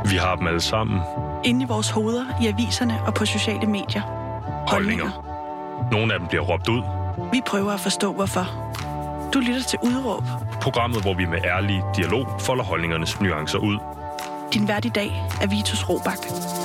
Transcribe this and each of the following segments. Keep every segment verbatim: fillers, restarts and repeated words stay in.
Vi har dem alle sammen. Inde i vores hoveder, i aviserne og på sociale medier. Holdninger. Nogle af dem bliver råbt ud. Vi prøver at forstå, hvorfor. Du lytter til Udråb. Programmet, hvor vi med ærlig dialog folder holdningernes nuancer ud. Din vært i dag er Vitus Robak.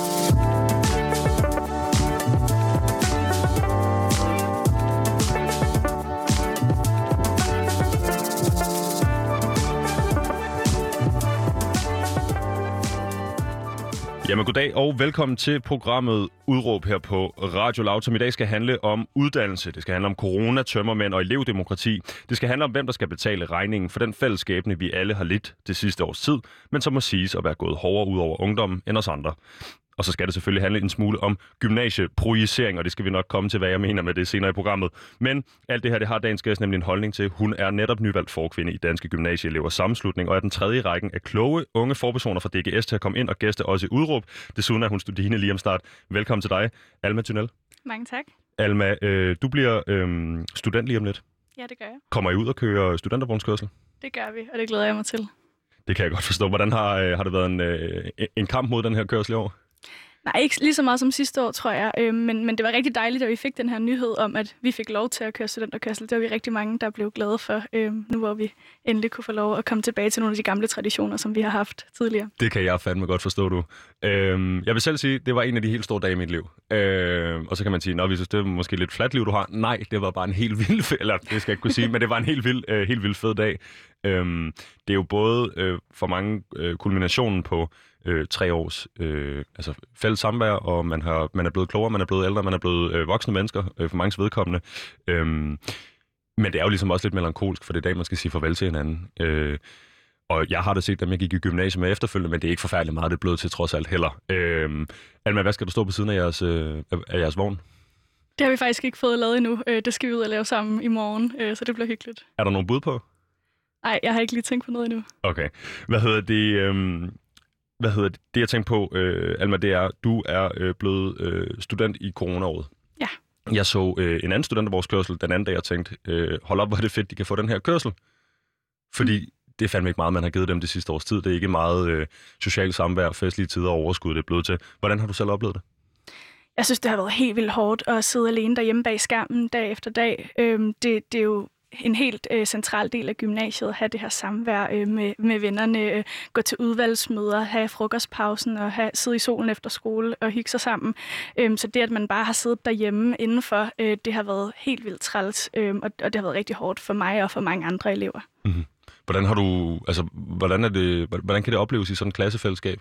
Jamen goddag og velkommen til programmet Udråb her på Radio Loud, som i dag skal handle om uddannelse. Det skal handle om corona, tømmermænd og elevdemokrati. Det skal handle om, hvem der skal betale regningen for den fællesskabne, vi alle har lidt det sidste års tid, men som må siges at være gået hårdere ud over ungdommen end os andre. Og så skal det selvfølgelig handle en smule om gymnasieprojicering, og det skal vi nok komme til, hvad jeg mener med det senere i programmet. Men alt det her, det har dagens gæst nemlig en holdning til. Hun er netop nyvalgt forkvinde i Danske Gymnasieelevers Sammenslutning, og er den tredje i rækken af kloge, unge forpersoner fra D G S til at komme ind og gæste også i Udråb. Desuden er hun studine lige om start. Velkommen til dig, Alma Tynell. Mange tak. Alma, øh, du bliver øh, student lige om lidt. Ja, det gør jeg. Kommer I ud og kører studentervognskørsel? Det gør vi, og det glæder jeg mig til. Det kan jeg godt forstå. Hvordan har, øh, har det været en, øh, en kamp mod den her kørsel i år? Nej, ikke lige så meget som sidste år, tror jeg. Øh, men, men det var rigtig dejligt, at vi fik den her nyhed om, at vi fik lov til at køre studenterkørsel. Det var vi rigtig mange, der blev glade for, øh, nu hvor vi endelig kunne få lov at komme tilbage til nogle af de gamle traditioner, som vi har haft tidligere. Det kan jeg fandme godt forstå, du. Øh, jeg vil selv sige, det var en af de helt store dage i mit liv. Øh, og så kan man sige, nå, vi synes, det er måske lidt fladt liv, du har. Nej, det var bare en helt vild, eller det skal jeg ikke kunne sige, men det var en helt vild, øh, helt vild fed dag. Øh, det er jo både øh, for mange øh, kulminationen på Øh, tre års øh, altså fælles samvær, og man, har, man er blevet klogere, man er blevet ældre, man er blevet øh, voksne mennesker, øh, for manges vedkommende. Øhm, men det er jo ligesom også lidt melankolsk, for det er i dag, man skal sige farvel til hinanden. Øh, og jeg har da set dem, jeg gik i gymnasiet med efterfølgende, men det er ikke forfærdeligt meget, det er blevet til trods alt heller. Øh, Alma, hvad skal der stå på siden af jeres, øh, af jeres vogn? Det har vi faktisk ikke fået lavet endnu. Det skal vi ud og lave sammen i morgen, så det bliver hyggeligt. Er der nogen bud på? Nej, jeg har ikke lige tænkt på noget endnu. Okay. Hvad hedder det... Øh... Hvad hedder det? Det, jeg tænkte på, øh, Alma, det er, du er øh, blevet øh, student i coronaåret. Ja. Jeg så øh, en anden studentervognkørsel den anden dag, og tænkte, øh, hold op, hvor er det fedt, de kan få den her kørsel. Fordi mm. det er fandme ikke meget, man har givet dem det sidste års tid. Det er ikke meget øh, socialt samvær, festlige tider og overskud, det er blevet til. Hvordan har du selv oplevet det? Jeg synes, det har været helt vildt hårdt at sidde alene derhjemme bag skærmen dag efter dag. Øhm, det, det er jo en helt øh, central del af gymnasiet, have det her samvær øh, med, med vennerne, øh, gå til udvalgsmøder, have frokostpausen og have, sidde i solen efter skole og hygge sig sammen. Øhm, så det, at man bare har siddet derhjemme indenfor, øh, det har været helt vildt træls, øh, og, og det har været rigtig hårdt for mig og for mange andre elever. Mm-hmm. Hvordan har du, altså, hvordan er det, hvordan kan det opleves i sådan et klassefællesskab?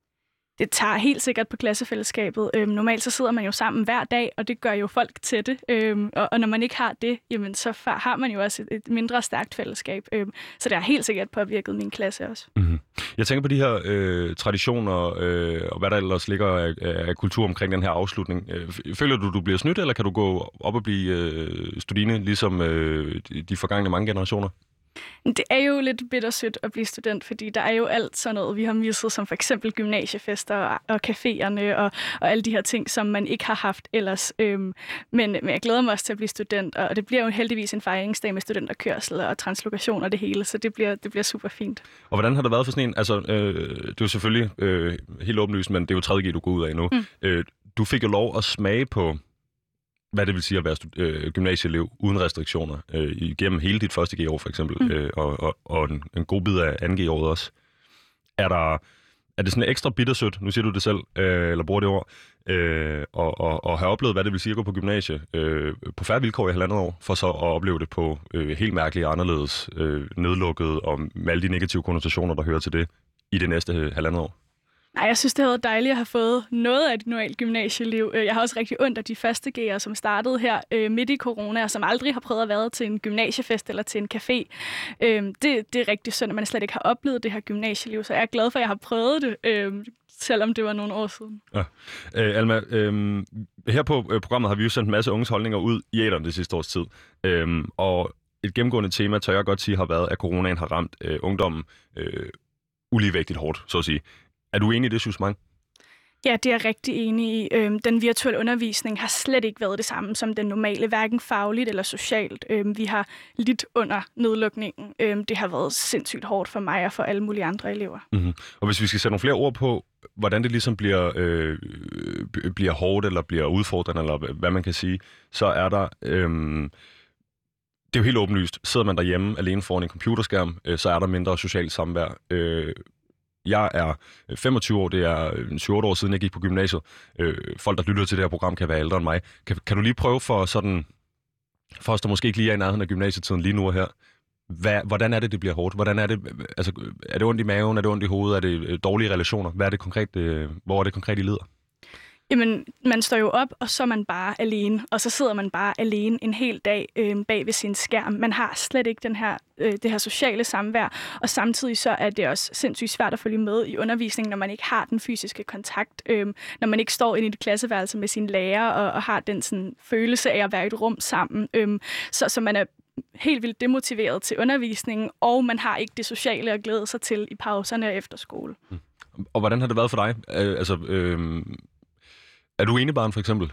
Det tager helt sikkert på klassefællesskabet. Øhm, normalt så sidder man jo sammen hver dag, og det gør jo folk tætte. Øhm, og, og når man ikke har det, jamen, så har man jo også et, et mindre stærkt fællesskab. Øhm, så det har helt sikkert påvirket min klasse også. Mm-hmm. Jeg tænker på de her øh, traditioner, øh, og hvad der ellers ligger af, af kultur omkring den her afslutning. Øh, føler du, du bliver snydt, eller kan du gå op og blive øh, studine, ligesom øh, de, de forgangne mange generationer? Det er jo lidt bittersødt at blive student, fordi der er jo alt sådan noget, vi har misset, som for eksempel gymnasiefester og, og caféerne og, og alle de her ting, som man ikke har haft ellers. Øhm, men, men jeg glæder mig også til at blive student, og det bliver jo heldigvis en fejringsdag med studenterkørsel og translokation og det hele, så det bliver, det bliver super fint. Og hvordan har det været for sådan en? Altså, øh, det er jo selvfølgelig øh, helt åbenlyst, men det er jo tredje G, du går ud af nu. Mm. Øh, du fik jo lov at smage på, hvad det vil sige at være øh, gymnasieelev uden restriktioner, øh, igennem hele dit første G-år for eksempel, mm. øh, og, og, og en, en god bid af anden G-året også. Er, der, er det sådan ekstra bittersødt, nu siger du det selv, øh, eller bruger det ord, øh, og, og, og have oplevet, hvad det vil sige at gå på gymnasie øh, på færre vilkår i halvandet år, for så at opleve det på øh, helt mærkeligt anderledes, øh, nedlukket, og med alle de negative konnotationer, der hører til det, i det næste øh, halvandet år? Nej, jeg synes, det har været dejligt at have fået noget af et normalt gymnasieliv. Jeg har også rigtig ondt af de første G'ere, som startede her øh, midt i corona, og som aldrig har prøvet at være til en gymnasiefest eller til en café. Øh, det, det er rigtig synd, at man slet ikke har oplevet det her gymnasieliv, så jeg er glad for, at jeg har prøvet det, øh, selvom det var nogle år siden. Ja. Øh, Alma, øh, her på øh, programmet har vi jo sendt en masse unges holdninger ud i æteren det sidste års tid. Øh, og et gennemgående tema, tør jeg godt sige, har været, at coronaen har ramt øh, ungdommen øh, uligevægtigt hårdt, så at sige. Er du enig i det, Susman? Ja, det er jeg rigtig enig i. Øhm, den virtuelle undervisning har slet ikke været det samme som den normale, hverken fagligt eller socialt. Øhm, vi har lidt under nedlukningen. Øhm, det har været sindssygt hårdt for mig og for alle mulige andre elever. Mm-hmm. Og hvis vi skal sætte nogle flere ord på, hvordan det ligesom bliver, øh, bliver hårdt eller bliver udfordrende, eller hvad man kan sige, så er der... Øh, det er jo helt åbenlyst. Sidder man derhjemme alene foran en computerskærm, øh, så er der mindre socialt samvær. Øh, Jeg er femogtyve år, det er syv otte år siden, jeg gik på gymnasiet. Øh, folk, der lytter til det her program, kan være ældre end mig. Kan, kan du lige prøve for sådan, for os, der måske ikke lige er i nærheden af gymnasietiden lige nu og her, hvad, hvordan er det, det bliver hårdt? Hvordan er det, altså, er det ondt i maven, er det ondt i hovedet, er det dårlige relationer? Hvad er det konkret, øh, hvor er det konkret, I lider? Jamen, man står jo op, og så er man bare alene, og så sidder man bare alene en hel dag øh, bag ved sin skærm. Man har slet ikke den her, øh, det her sociale samvær, og samtidig så er det også sindssygt svært at følge med i undervisningen, når man ikke har den fysiske kontakt, øh, når man ikke står inde i et klasseværelse med sine lærere og, og har den sådan, følelse af at være i et rum sammen. Øh, så, så man er helt vildt demotiveret til undervisningen, og man har ikke det sociale at glæde sig til i pauserne og efter skole. Og hvordan har det været for dig? Øh, altså... Øh... Er du enebarn, for eksempel?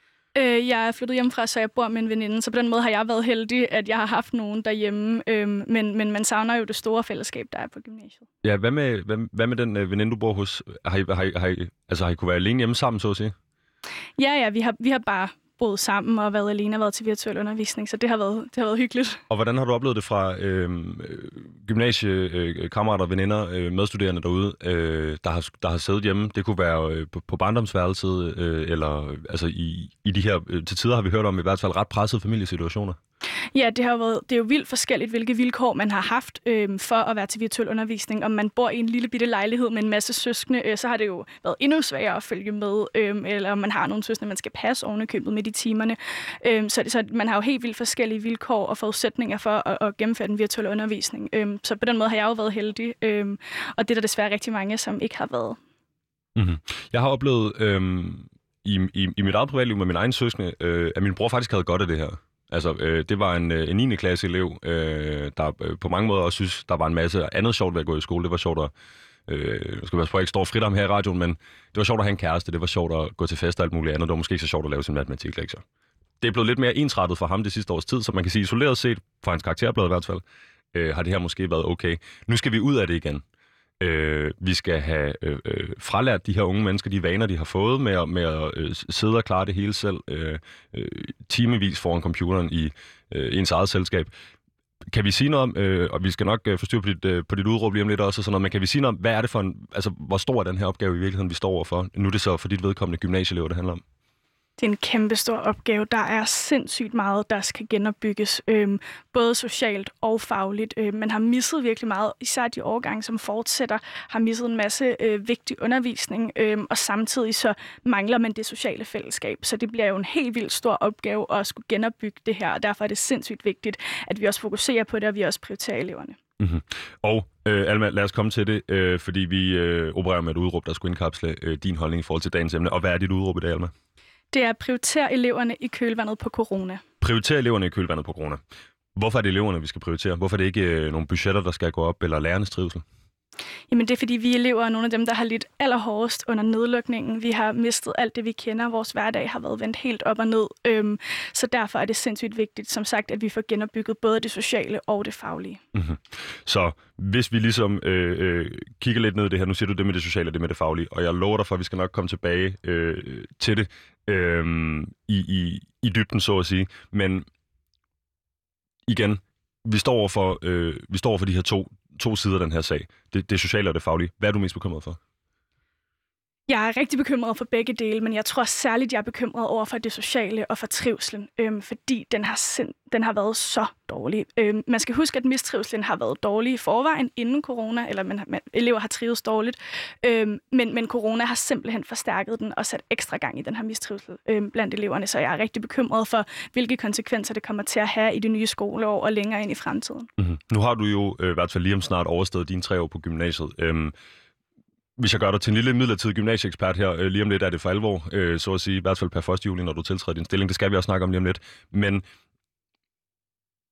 Øh, jeg er flyttet hjemmefra, så jeg bor med en veninde, så på den måde har jeg været heldig, at jeg har haft nogen derhjemme, øh, men, men man savner jo det store fællesskab, der er på gymnasiet. Ja, hvad med, hvad, hvad med den øh, veninde, du bor hos? Har I, har, I, har, I, altså, har I kunne være alene hjemme sammen, så at sige? Ja, ja, vi har, vi har bare boet sammen og været alene og været til virtuel undervisning, så det har været, det har været hyggeligt. Og hvordan har du oplevet det fra øh, gymnasiekammerater, øh, veninder, øh, medstuderende derude, øh, der, har, der har siddet hjemme? Det kunne være øh, på, på barndomsværelset, øh, eller altså i, i de her, øh, til tider har vi hørt om i hvert fald ret pressede familiesituationer. Ja, det har været, det er jo vildt forskelligt, hvilke vilkår man har haft øh, for at være til virtuel undervisning. Om man bor i en lille bitte lejlighed med en masse søskende, øh, så har det jo været endnu sværere at følge med, øh, eller om man har nogle søskende, man skal passe ovenikøbet midt i timerne. Øh, så, så man har jo helt vildt forskellige vilkår og forudsætninger for at, at gennemføre den virtuelle undervisning. Øh, så på den måde har jeg jo været heldig, øh, og det er der desværre rigtig mange, som ikke har været. Mm-hmm. Jeg har oplevet øh, i, i, i mit eget privatliv med min egen søskende, øh, at min bror faktisk havde godt af det her. Altså, øh, det var en, en niende klasse elev, øh, der øh, på mange måder også synes, der var en masse andet sjovt ved at gå i skole. Det var sjovt at, øh, jeg skal være på, ikke stå frit om her i radioen, men det var sjovt at have en kæreste, det var sjovt at gå til fest og alt muligt andet. Det var måske ikke så sjovt at lave sin matematiklektier. Det er blevet lidt mere ensrettet for ham det sidste års tid, så man kan sige isoleret set, for hans karakterblad i hvert fald, øh, har det her måske været okay. Nu skal vi ud af det igen. Øh, vi skal have øh, øh, fralært de her unge mennesker de vaner, de har fået med at, med at øh, sidde og klare det hele selv, øh, øh, timevis foran computeren i øh, ens eget selskab. Kan vi sige noget om, øh, og vi skal nok øh, forstyrre på dit, øh, på dit udråb lige om lidt også, og sådan noget, men kan vi sige noget om, hvad er det for en, altså hvor stor er den her opgave i virkeligheden, vi står overfor? Nu er det så for dit vedkommende gymnasieelever, det handler om. Det er en kæmpe stor opgave. Der er sindssygt meget, der skal genopbygges, øhm, både socialt og fagligt. Øh, man har misset virkelig meget, især de årgange, som fortsætter, har misset en masse øh, vigtig undervisning, øh, og samtidig så mangler man det sociale fællesskab. Så det bliver jo en helt vildt stor opgave at skulle genopbygge det her, og derfor er det sindssygt vigtigt, at vi også fokuserer på det, og vi også prioriterer eleverne. Mm-hmm. Og øh, Alma, lad os komme til det, øh, fordi vi øh, opererer med et udråb, der skulle indkapsle øh, din holdning i forhold til dagens emne. Og hvad er dit udråb i dag, Alma? Det er at prioritere eleverne i kølvandet på corona. Prioritere eleverne i kølvandet på corona. Hvorfor er det eleverne, vi skal prioritere? Hvorfor er det ikke øh, nogle budgetter, der skal gå op, eller lærernes trivsel? Jamen det er, fordi vi elever er nogle af dem, der har lidt allerhårdest under nedlukningen. Vi har mistet alt det, vi kender. Vores hverdag har været vendt helt op og ned. Øhm, så derfor er det sindssygt vigtigt, som sagt, at vi får genopbygget både det sociale og det faglige. Mm-hmm. Så hvis vi ligesom øh, øh, kigger lidt ned i det her, nu siger du det med det sociale og det med det faglige, og jeg lover dig for, at vi skal nok komme tilbage øh, til det øh, i, i, i dybden, så at sige. Men igen, vi står over for, øh, vi står over for de her to to sider af den her sag. Det, det sociale og det faglige. Hvad er du mest bekymret for? Jeg er rigtig bekymret for begge dele, men jeg tror særligt, jeg er bekymret over for det sociale og for trivslen, øhm, fordi den har, sind, den har været så dårlig. Øhm, man skal huske, at mistrivslen har været dårlig i forvejen inden corona, eller man, man, elever har trives dårligt, øhm, men, men corona har simpelthen forstærket den og sat ekstra gang i den her mistrivsel øhm, blandt eleverne, så jeg er rigtig bekymret for, hvilke konsekvenser det kommer til at have i det nye skoleår og længere ind i fremtiden. Mm-hmm. Nu har du jo øh, i hvert fald lige om snart overstået dine tre år på gymnasiet. Øhm, Hvis jeg gør dig til en lille midlertidig gymnasieekspert her, øh, lige om lidt er det for alvor, øh, så at sige, i hvert fald per første juli, når du tiltræder din stilling. Det skal vi også snakke om lige om lidt. Men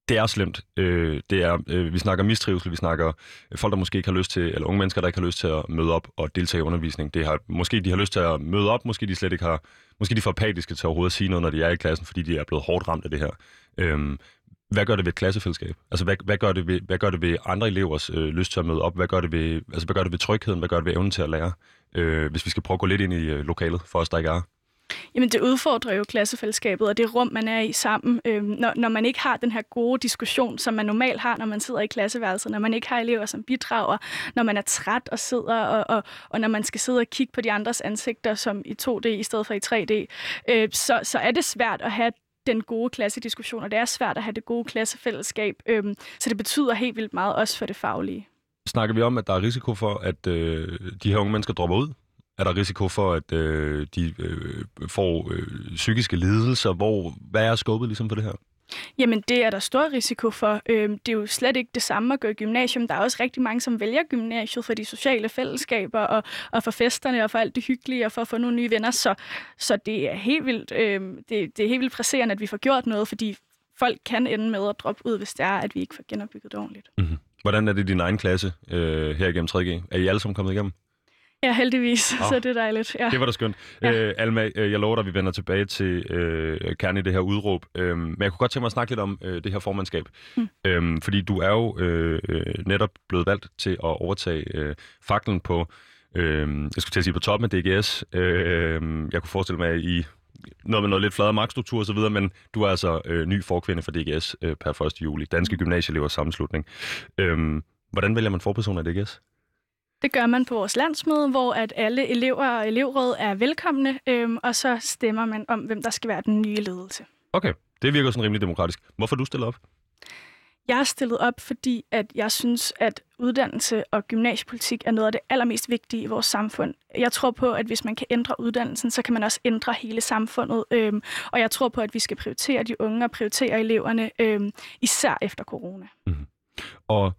Det er slemt. Øh, det er, øh, vi snakker mistrivsel, vi snakker folk, der måske ikke har lyst til, eller unge mennesker, der ikke har lyst til at møde op og deltage i undervisning. Det har, måske de har lyst til at møde op, måske de slet ikke har, måske de er for apatiske til overhovedet at sige noget, når de er i klassen, fordi de er blevet hårdt ramt af det her. Øh, hvad gør det ved et klassefællesskab? Altså, hvad, hvad, gør det ved, hvad gør det ved andre elevers øh, lyst til at møde op? Hvad gør det ved, altså, hvad gør det ved trygheden? Hvad gør det ved evnen til at lære? Øh, hvis vi skal prøve at gå lidt ind i øh, lokalet for os, der ikke er. Jamen, det udfordrer jo klassefællesskabet og det rum, man er i sammen. Øhm, når, når man ikke har den her gode diskussion, som man normalt har, når man sidder i klasseværelset, når man ikke har elever, som bidrager, når man er træt og sidder, og, og, og når man skal sidde og kigge på de andres ansigter, som i to D i stedet for i tre D, øh, så, så er det svært at have den gode klassediskussion, og det er svært at have det gode klassefællesskab. Øhm, så det betyder helt vildt meget også for det faglige. Snakker vi om, at der er risiko for, at øh, de her unge mennesker dropper ud? Er der risiko for, at øh, de øh, får øh, psykiske lidelser? Hvor, hvad er skåbet ligesom på det her? Jamen, det er der stor risiko for. Øhm, det er jo slet ikke det samme at gå i gymnasium. Der er også rigtig mange, som vælger gymnasiet for de sociale fællesskaber, og, og for festerne, og for alt det hyggelige, og for at få nogle nye venner. Så, så det er helt vildt, øhm, det, det er helt vildt presserende, at vi får gjort noget, fordi folk kan ende med at droppe ud, hvis det er, at vi ikke får genopbygget det ordentligt. Mm-hmm. Hvordan er det i din egen klasse øh, her igennem tre G? Er I alle sammen kommet igennem? Ja, heldigvis, oh, så det er dejligt. Ja. Det var da skønt. Ja. Øh, Alma, jeg lover dig, at vi vender tilbage til øh, kernen i det her udråb. Øh, men jeg kunne godt tænke mig at snakke lidt om øh, det her formandskab. Mm. Øh, fordi du er jo øh, netop blevet valgt til at overtage øh, faklen på, øh, jeg skulle til at sige på toppen af D G S. Øh, jeg kunne forestille mig, at I noget med noget lidt fladere magtstruktur og så videre, men du er altså øh, ny forkvinde for D G S øh, per første juli. Danske Gymnasieelevers Sammenslutning. Øh, hvordan vælger man forpersoner i D G S? Det gør man på vores landsmøde, hvor at alle elever og elevråd er velkomne, øhm, og så stemmer man om, hvem der skal være den nye ledelse. Okay, det virker sådan rimelig demokratisk. Hvorfor du stillet op? Jeg er stillet op, fordi at jeg synes, at uddannelse og gymnasiepolitik er noget af det allermest vigtige i vores samfund. Jeg tror på, at hvis man kan ændre uddannelsen, så kan man også ændre hele samfundet. Øhm, og jeg tror på, at vi skal prioritere de unge og prioritere eleverne, øhm, især efter corona. Mm-hmm. Og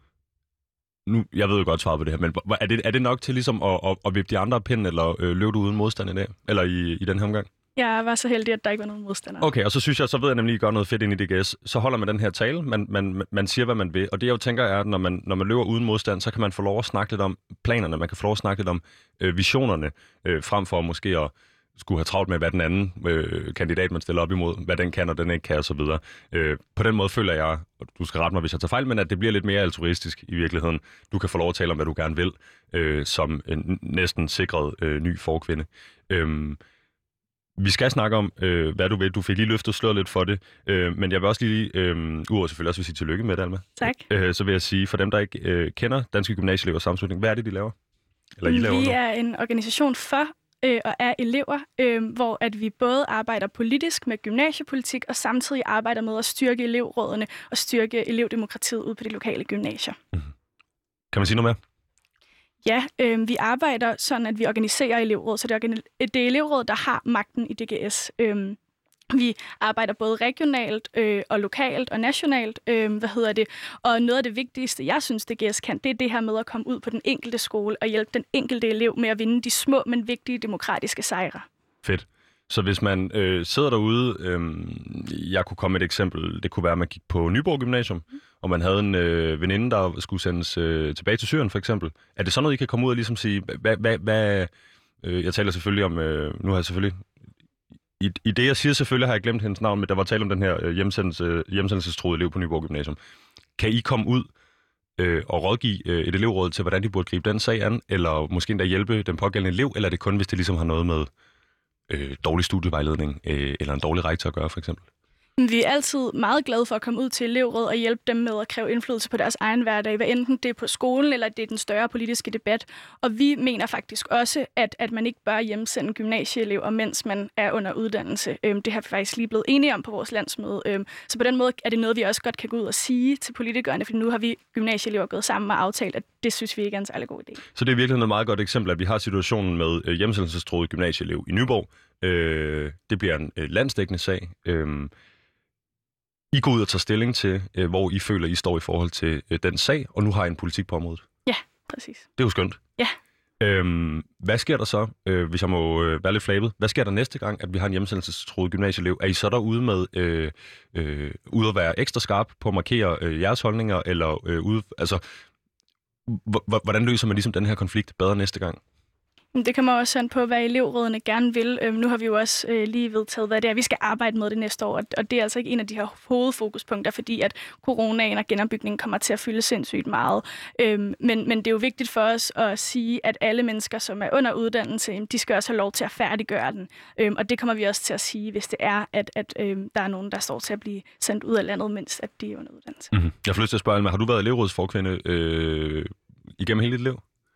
nu, jeg ved jo godt svaret på det her, men er det, er det nok til ligesom at, at, at vippe de andre af pinden, eller øh, løbe du uden modstand i dag? Eller i, i den her omgang? Jeg var så heldig, at der ikke var nogen modstandere. Okay, og så synes jeg, så ved jeg nemlig, at I gør noget fedt ind i D G S. Så holder man den her tale, man, man, man siger, hvad man vil. Og det jeg jo tænker er, at når man, når man løber uden modstand, så kan man få lov at snakke lidt om planerne, man kan få lov at snakke lidt om øh, visionerne, øh, frem for måske at skulle have travlt med, hvad den anden øh, kandidat, man stiller op imod, hvad den kan, og den ikke kan, osv. Øh, på den måde føler jeg, og du skal rette mig, hvis jeg tager fejl, men at det bliver lidt mere altruistisk i virkeligheden. Du kan få lov at tale om, hvad du gerne vil, øh, som en næsten sikret øh, ny forkvinde. Øh, vi skal snakke om, øh, hvad du vil. Du fik lige løftet sløret lidt for det, øh, men jeg vil også lige, øh, udover selvfølgelig også vil sige tillykke med det, Alma. Tak. Øh, så vil jeg sige, for dem, der ikke øh, kender Danske Gymnasieelevers Sammenslutning, hvad er det, de laver? Eller I laver Vi nu? er en organisation for øh, og er elever, øh, hvor at vi både arbejder politisk med gymnasiepolitik, og samtidig arbejder med at styrke elevrådene og styrke elevdemokratiet ude på de lokale gymnasier. Mm-hmm. Kan man sige noget mere? Ja, øh, vi arbejder sådan, at vi organiserer elevråd, så det er, det er elevråd, der har magten i D G S. Øh, vi arbejder både regionalt øh, og lokalt og nationalt, øh, hvad hedder det, og noget af det vigtigste, jeg synes, D G S kan, det er det her med at komme ud på den enkelte skole og hjælpe den enkelte elev med at vinde de små, men vigtige demokratiske sejre. Fedt. Så hvis man øh, sidder derude, øh, jeg kunne komme med et eksempel, det kunne være, at man gik på Nyborg Gymnasium, mm. og man havde en øh, veninde, der skulle sendes øh, tilbage til Syrien for eksempel. Er det sådan noget, I kan komme ud og ligesom sige, hvad, hvad, hvad øh, jeg taler selvfølgelig om, øh, nu har jeg selvfølgelig, i, i det jeg siger selvfølgelig, har jeg glemt hendes navn, men der var tale om den her øh, hjemsendelse, hjemsendelsestruede elev på Nyborg Gymnasium. Kan I komme ud øh, og rådgive øh, et elevråd til, hvordan de burde gribe den sag an, eller måske endda hjælpe den pågældende elev, eller er det kun, hvis det ligesom har noget med Øh, dårlig studievejledning øh, eller en dårlig rektor at gøre, for eksempel? Vi er altid meget glade for at komme ud til elevråd og hjælpe dem med at kræve indflydelse på deres egen hverdag, hvad enten det er på skolen eller det er den større politiske debat. Og vi mener faktisk også, at, at man ikke bør hjemsende gymnasieelever, mens man er under uddannelse. Øhm, det har vi faktisk lige blevet enige om på vores landsmøde. Øhm, så på den måde er det noget, vi også godt kan gå ud og sige til politikerne, for nu har vi gymnasieelever gået sammen og aftalt, at det synes vi ikke er en særlig god idé. Så det er virkelig et meget godt eksempel, at vi har situationen med øh, hjemsendelsestruede gymnasieelev i Nyborg. Øh, det bliver en øh, landsdækkende sag. Øh, I går ud og tager stilling til, øh, hvor I føler, I står i forhold til øh, den sag, og nu har I en politik på området. Ja, præcis. Det er jo skønt. Ja. Øhm, hvad sker der så, øh, hvis jeg må øh, være lidt flabet? Hvad sker der næste gang, at vi har en hjemsendelsestruet gymnasieelev? Er I så derude med øh, øh, ude at være ekstra skarp på at markere øh, jeres holdninger, eller øh, ude, altså, h- hvordan løser man ligesom den her konflikt bedre næste gang? Det kommer også an på, hvad elevrådene gerne vil. Øhm, nu har vi jo også øh, lige vedtaget, hvad det er, vi skal arbejde med det næste år, og det er altså ikke en af de her hovedfokuspunkter, fordi at coronaen og genopbygningen kommer til at fylde sindssygt meget. Øhm, men, men det er jo vigtigt for os at sige, at alle mennesker, som er under uddannelse, de skal også have lov til at færdiggøre den. Øhm, og det kommer vi også til at sige, hvis det er, at, at øhm, der er nogen, der står til at blive sendt ud af landet, mens at de er under uddannelse. Mm-hmm. Jeg får lyst til at spørge, Alma, har du været elevrådsforkvinde øh, igennem hele dit liv?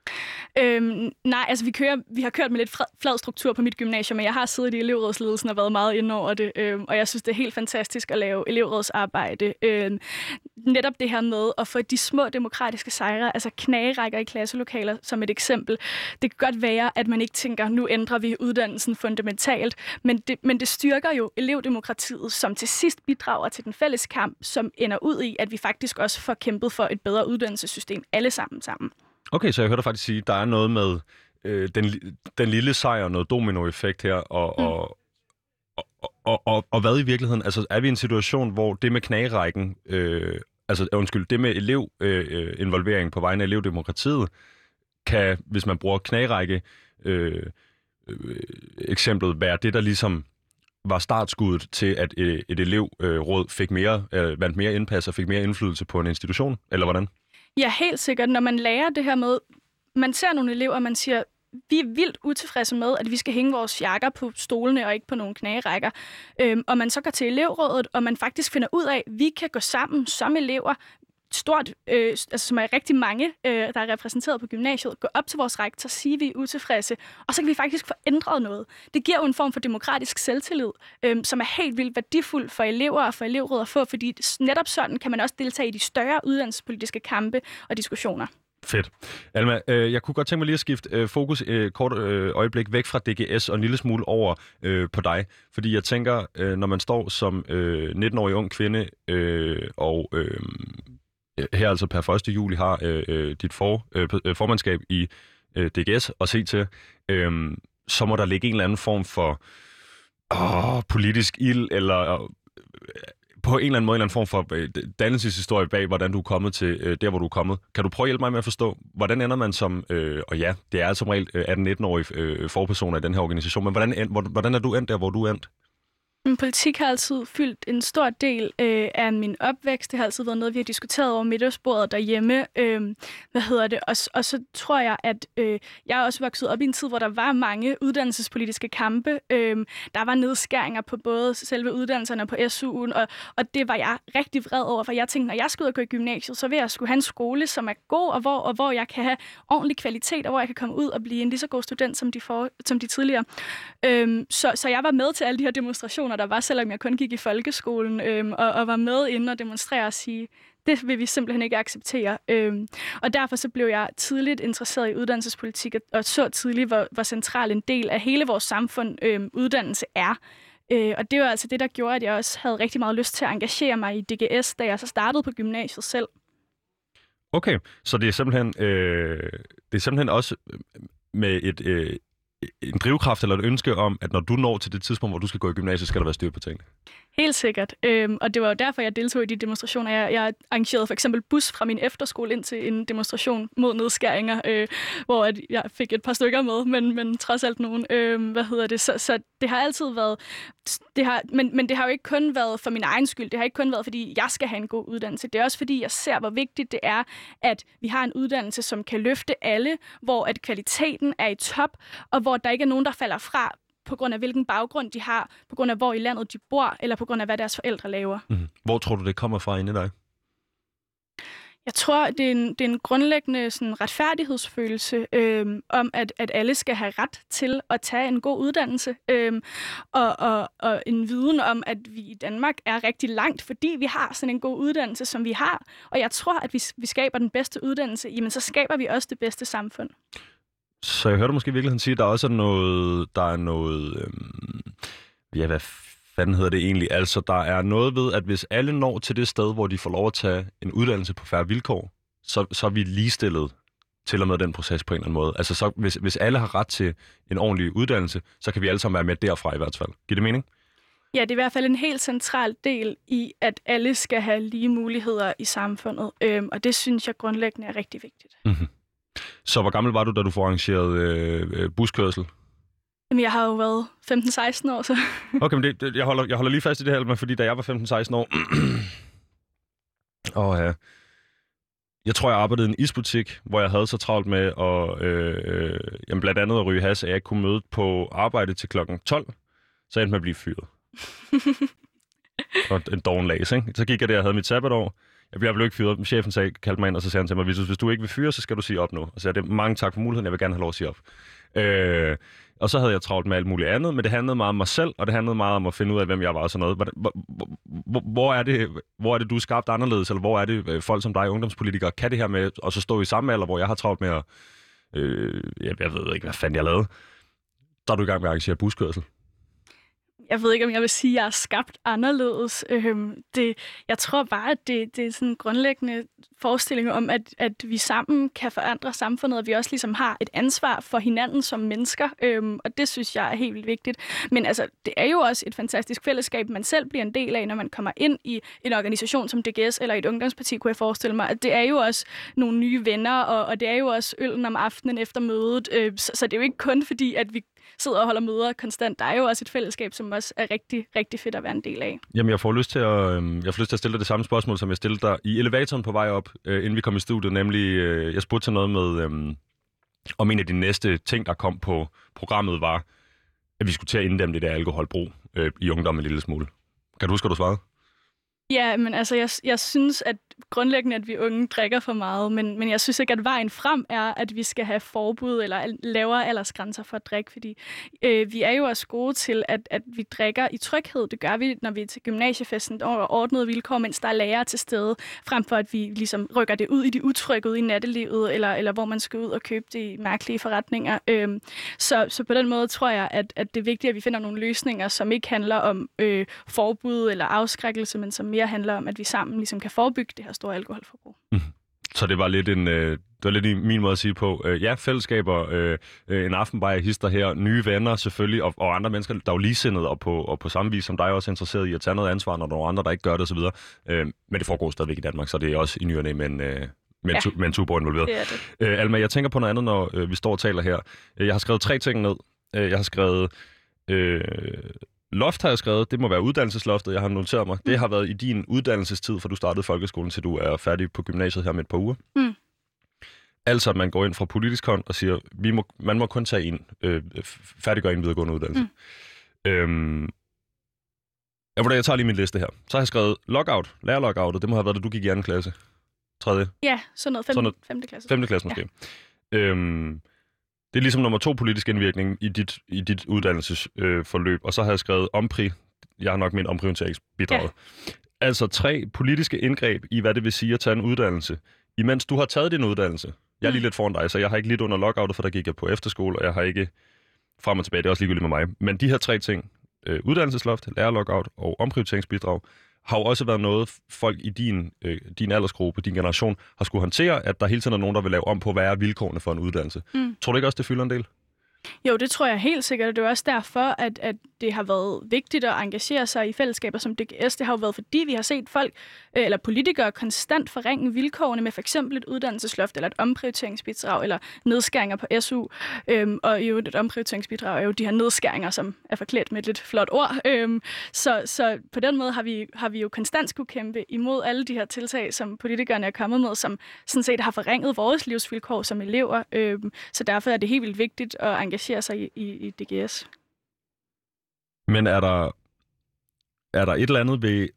Øhm, nej, altså vi, kører, vi har kørt med lidt flad struktur på mit gymnasium, men jeg har siddet i elevrådsledelsen og været meget inde over det, øhm, og jeg synes, det er helt fantastisk at lave elevrådsarbejde. Øhm, netop det her med at få de små demokratiske sejre, altså knagerækker i klasselokaler som et eksempel. Det kan godt være, at man ikke tænker, nu ændrer vi uddannelsen fundamentalt, men det, men det styrker jo elevdemokratiet, som til sidst bidrager til den fælles kamp, som ender ud i, at vi faktisk også får kæmpet for et bedre uddannelsessystem alle sammen sammen. Okay, så jeg hørte faktisk sige, at der er noget med øh, den, den lille sejr, noget dominoeffekt her, og, mm. og, og, og, og, og hvad i virkeligheden? Altså, er vi i en situation, hvor det med knagerækken, øh, altså undskyld, det med elevinvolvering øh, på vegne af elevdemokratiet, kan, hvis man bruger knagerække, øh, øh, eksemplet være det, der ligesom var startskuddet til, at øh, et elevråd øh, fik mere, øh, vandt mere indpas og fik mere indflydelse på en institution, eller hvordan? Ja, helt sikkert. Når man lærer det her med, man ser nogle elever, og man siger, vi er vildt utilfredse med, at vi skal hænge vores jakker på stolene og ikke på nogle knagerækker. Øhm, og man så går til elevrådet, og man faktisk finder ud af, at vi kan gå sammen som elever, stort, øh, altså som er rigtig mange, øh, der er repræsenteret på gymnasiet, gå op til vores rektor, sige, vi er utilfredse, og så kan vi faktisk få ændret noget. Det giver jo en form for demokratisk selvtillid, øh, som er helt vildt værdifuld for elever og for elevråd at få, fordi netop sådan kan man også deltage i de større uddannelsespolitiske kampe og diskussioner. Fedt. Alma, øh, jeg kunne godt tænke mig lige at skifte øh, fokus et øh, kort øh, øjeblik væk fra D G S og en lille smule over øh, på dig. Fordi jeg tænker, øh, når man står som øh, nitten-årig ung kvinde øh, og øh, her altså per første juli har øh, dit for, øh, formandskab i øh, D G S at se til, øh, så må der ligge en eller anden form for åh, politisk ild, eller øh, på en eller anden måde en eller anden form for øh, dannelseshistorie bag, hvordan du er kommet til øh, der, hvor du er kommet. Kan du prøve at hjælpe mig med at forstå, hvordan ender man som, øh, og ja, det er som regel atten-nitten-årige øh, forpersoner i den her organisation, men hvordan, hvordan er du endt der, hvor du er endt? Min politik har altid fyldt en stor del øh, af min opvækst. Det har altid været noget, vi har diskuteret over middagsbordet derhjemme. Øh, hvad hedder det? Og, og så tror jeg, at øh, jeg er også vokset op i en tid, hvor der var mange uddannelsespolitiske kampe. Øh, der var nedskæringer på både selve uddannelserne og på S U'en, og, og det var jeg rigtig vred over, for jeg tænkte, når jeg skal ud og gå i gymnasiet, så vil jeg skulle have en skole, som er god, og hvor, og hvor jeg kan have ordentlig kvalitet, og hvor jeg kan komme ud og blive en lige så god student, som de, for, som de tidligere. Øh, så, så jeg var med til alle de her demonstrationer, der var, selvom jeg kun gik i folkeskolen, øhm, og, og var med inde og demonstrere og sige, det vil vi simpelthen ikke acceptere. Øhm, og derfor så blev jeg tidligt interesseret i uddannelsespolitik, og, og så tidligt, hvor, hvor central en del af hele vores samfund øhm, uddannelse er. Øh, og det var altså det, der gjorde, at jeg også havde rigtig meget lyst til at engagere mig i D G S, da jeg så startede på gymnasiet selv. Okay, så det er simpelthen, øh, det er simpelthen også med et... Øh en drivkraft eller et ønske om, at når du når til det tidspunkt, hvor du skal gå i gymnasiet, skal der være styr på tingene? Helt sikkert. Øhm, og det var jo derfor, jeg deltog i de demonstrationer. Jeg, jeg arrangerede for eksempel bus fra min efterskole ind til en demonstration mod nedskæringer, øh, hvor at jeg fik et par stykker med, men, men trods alt nogen. Øh, hvad hedder det? Så, så det har altid været... Det har, men, men det har jo ikke kun været for min egen skyld. Det har ikke kun været, fordi jeg skal have en god uddannelse. Det er også, fordi jeg ser, hvor vigtigt det er, at vi har en uddannelse, som kan løfte alle, hvor at kvaliteten er i top, og hvor der ikke er nogen, der falder fra på grund af hvilken baggrund de har, på grund af hvor i landet de bor, eller på grund af hvad deres forældre laver. Mm. Hvor tror du, det kommer fra inde i dig? Jeg tror, det er en, det er en grundlæggende sådan, retfærdighedsfølelse øh, om, at, at alle skal have ret til at tage en god uddannelse, øh, og, og, og en viden om, at vi i Danmark er rigtig langt, fordi vi har sådan en god uddannelse, som vi har. Og jeg tror, at hvis vi skaber den bedste uddannelse, jamen så skaber vi også det bedste samfund. Så jeg hørte måske i virkeligheden sige, at der også er noget, der er noget, øhm, ja, hvad fanden hedder det egentlig? Altså, der er noget ved, at hvis alle når til det sted, hvor de får lov at tage en uddannelse på fair vilkår, så, så er vi ligestillet til og med den proces på en eller anden måde. Altså, så, hvis, hvis alle har ret til en ordentlig uddannelse, så kan vi alle sammen være med derfra i hvert fald. Giver det mening? Ja, det er i hvert fald en helt central del i, at alle skal have lige muligheder i samfundet, øhm, og det synes jeg grundlæggende er rigtig vigtigt. Mm-hmm. Så hvor gammel var du, da du får arrangeret øh, buskørsel? Jamen, jeg har jo været femten seksten år, så... Okay, men det, det, jeg, holder, jeg holder lige fast i det her, fordi da jeg var femten seksten år... og ja, jeg tror, jeg arbejdede i en isbutik, hvor jeg havde så travlt med at, øh, jamen blandt andet at ryge has, at jeg ikke kunne møde på arbejde til klokken tolv, så endte med at blive fyret. Og en doven lags, ikke? Så gik jeg der, jeg havde mit sabbatår. Jeg blev ikke fyret. Chefen sagde, kaldte mig ind, og så sagde han til mig, hvis, hvis du ikke vil fyre, så skal du sige op nu. Og så sagde jeg, mange tak for muligheden, jeg vil gerne have lov at sige op. Øh, og så havde jeg travlt med alt muligt andet, men det handlede meget om mig selv, og det handlede meget om at finde ud af, hvem jeg var og sådan noget. Hvor, hvor, hvor, er, det, hvor er det, du er skabt anderledes, eller hvor er det, folk som dig, ungdomspolitikere, kan det her med at så stå i samme alder, hvor jeg har travlt med at... Øh, jeg, jeg ved ikke, hvad fanden jeg lavede. Der er du i gang med at arrangere buskørsel. Jeg ved ikke, om jeg vil sige, at jeg er skabt anderledes. Øhm, det, jeg tror bare, at det, det er sådan en grundlæggende forestilling om, at, at vi sammen kan forandre samfundet, og vi også ligesom har et ansvar for hinanden som mennesker, øhm, og det synes jeg er helt vildt vigtigt. Men altså, det er jo også et fantastisk fællesskab, man selv bliver en del af, når man kommer ind i en organisation som D G S eller et ungdomsparti, kunne jeg forestille mig. At det er jo også nogle nye venner, og, og det er jo også øllen om aftenen efter mødet, øh, så, så det er jo ikke kun fordi, at vi sidder og holder møder konstant. Der er jo også et fællesskab, som også er rigtig, rigtig fedt at være en del af. Jamen, jeg får lyst til at, øh, jeg får lyst til at stille dig det samme spørgsmål, som jeg stillede dig i elevatoren på vej op, øh, inden vi kom i studiet, nemlig, øh, jeg spurgte til noget med, øh, om en af de næste ting, der kom på programmet, var, at vi skulle til at inddæmme det der alkoholbrug øh, i ungdommen en lille smule. Kan du huske, hvad du svarede? Ja, men altså, jeg, jeg synes, at grundlæggende, at vi unge drikker for meget, men, men jeg synes ikke, at vejen frem er, at vi skal have forbud eller lavere aldersgrænser for at drikke, fordi øh, vi er jo også gode til, at, at vi drikker i tryghed. Det gør vi, når vi er til gymnasiefesten over ordnede vilkår, mens der er lærere til stede, frem for at vi ligesom rykker det ud i de utrygge, ud i nattelivet, eller, eller hvor man skal ud og købe det i mærkelige forretninger. Øh, så, så på den måde tror jeg, at, at det er vigtigt, at vi finder nogle løsninger, som ikke handler om øh, forbud eller afskrækkelse, men som mere handler om, at vi sammen ligesom kan forebygge det her store alkoholforbrug. Mm. Så det var lidt en, øh, det var lidt i min måde at sige på, øh, ja, fællesskaber, øh, øh, en aftenbajer hister her, nye venner selvfølgelig, og, og andre mennesker, der er jo ligesindede og på, og på samme vis, som dig også er interesseret i at tage noget ansvar, når der er nogle andre, der ikke gør det osv. Øh, men det foregår stadigvæk i Danmark, så det er også i ny og næ med en, øh, med en, ja. tu, med en tuborg involveret. Det er det. Øh, Alma, jeg tænker på noget andet, når øh, vi står og taler her. Jeg har skrevet tre ting ned. Jeg har skrevet... Øh, Loft har jeg skrevet, det må være uddannelsesloftet, jeg har noteret mig. Mm. Det har været i din uddannelsestid, for du startede folkeskolen, til du er færdig på gymnasiet her med et par uger. Mm. Altså, at man går ind fra politisk hånd og siger, vi må, man må kun tage en, øh, færdiggøre en videregående uddannelse. Mm. Øhm, ja, hvordan jeg tager lige min liste her. Så har jeg skrevet lockout, lærerlockoutet, det må have været, da du gik i anden klasse. Tredje? Ja, sådan noget. Femte, noget, femte klasse. Femte klasse måske. Ja. Øhm, Det er ligesom nummer to politisk indvirkning i dit, i dit uddannelsesforløb. Øh, og så har jeg skrevet ompri. Jeg har nok min omprioriteringsbidrag. Ja. Altså tre politiske indgreb i, hvad det vil sige at tage en uddannelse. Imens du har taget din uddannelse. Jeg er lige lidt foran dig, så jeg har ikke lidt under lockoutet, for der gik jeg på efterskole, og jeg har ikke frem og tilbage. Det er også ligegyldigt med mig. Men de her tre ting, øh, uddannelsesloft, lærerlockout og omprioriteringsbidrag, har jo også været noget, folk i din, øh, din aldersgruppe, din generation, har skulle håndtere, at der hele tiden er nogen, der vil lave om på, hvad er vilkårene for en uddannelse. Mm. Tror du ikke også, det fylder en del? Jo, det tror jeg helt sikkert. Det er også derfor, at, at det har været vigtigt at engagere sig i fællesskaber som D G S. Det har jo været, fordi vi har set folk øh, eller politikere konstant forringe vilkårene med for eksempel et uddannelsesloft eller et omprioriteringsbidrag eller nedskæringer på S U. Øhm, og jo, et omprioriteringsbidrag er jo de her nedskæringer, som er forklædt med et lidt flot ord. Øhm, så, så på den måde har vi, har vi jo konstant skulle kæmpe imod alle de her tiltag, som politikerne er kommet med, som sådan set har forringet vores livsvilkår som elever. Øhm, så derfor er det helt vildt vigtigt at engagere sig i, i, i D G S. Men er der, er der et eller andet ved...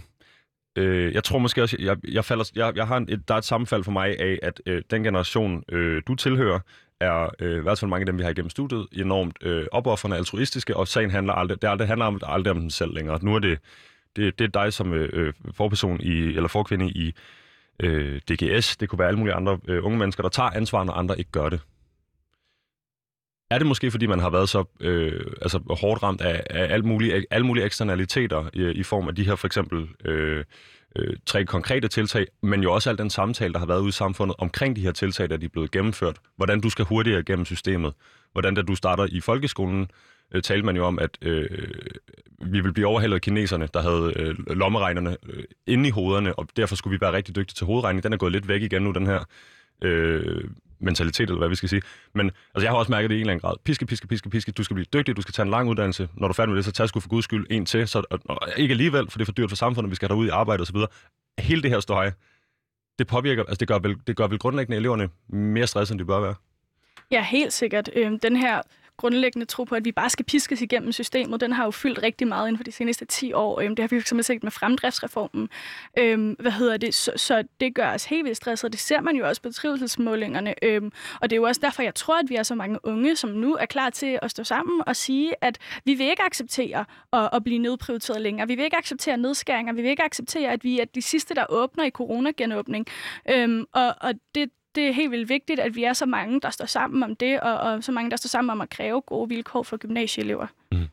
øh, jeg tror måske også, jeg, jeg falder, jeg, jeg har en, et, der er et sammenfald for mig af, at øh, den generation, øh, du tilhører, er øh, i hvert fald mange af dem, vi har igennem studiet, enormt øh, opoffrende, altruistiske, og sagen handler aldrig, det, aldrig, handler om, aldrig om dem selv længere. Nu er det, det, det er dig som øh, forperson i, eller forkvinde i øh, D G S. Det kunne være alle mulige andre øh, unge mennesker, der tager ansvar, når andre ikke gør det. Er det måske, fordi man har været så øh, altså, hårdt ramt af, af alle, mulige, alle mulige eksternaliteter i, i form af de her for eksempel øh, øh, tre konkrete tiltag, men jo også al den samtale, der har været ude i samfundet omkring de her tiltag, der de er blevet gennemført. Hvordan du skal hurtigere gennem systemet. Hvordan da du starter i folkeskolen, øh, talte man jo om, at øh, vi vil blive overhældet af kineserne, der havde øh, lommeregnerne øh, inde i hovederne, og derfor skulle vi være rigtig dygtige til hovedregning. Den er gået lidt væk igen nu, den her øh, mentalitet, eller hvad vi skal sige. Men altså, jeg har også mærket det i en eller anden grad. Piske, piske, piske, piske. Du skal blive dygtig, du skal tage en lang uddannelse. Når du er færdig med det, så tag sgu for guds skyld en til. Så, og, og, ikke alligevel, for det er for dyrt for samfundet, vi skal derud i arbejde osv. Hele det her støj, det påvirker, altså det gør vel, det gør vel grundlæggende eleverne mere stress, end de bør være. Ja, helt sikkert. Øhm, den her grundlæggende tro på, at vi bare skal piskes igennem systemet, den har jo fyldt rigtig meget inden for de seneste ti år. Øhm, det har vi jo set med fremdriftsreformen. Øhm, hvad hedder det? Så, så det gør os helt vildt stresset. Det ser man jo også på trivselsmålingerne. Øhm, og det er jo også derfor, jeg tror, at vi er så mange unge, som nu er klar til at stå sammen og sige, at vi vil ikke acceptere at, at blive nedprioriteret længere. Vi vil ikke acceptere nedskæringer. Vi vil ikke acceptere, at vi er de sidste, der åbner i coronagenåbning. Øhm, og, og det Det er helt vildt vigtigt, at vi er så mange, der står sammen om det, og, og så mange, der står sammen om at kræve gode vilkår for gymnasieelever. Mm.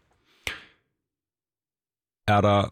Er der,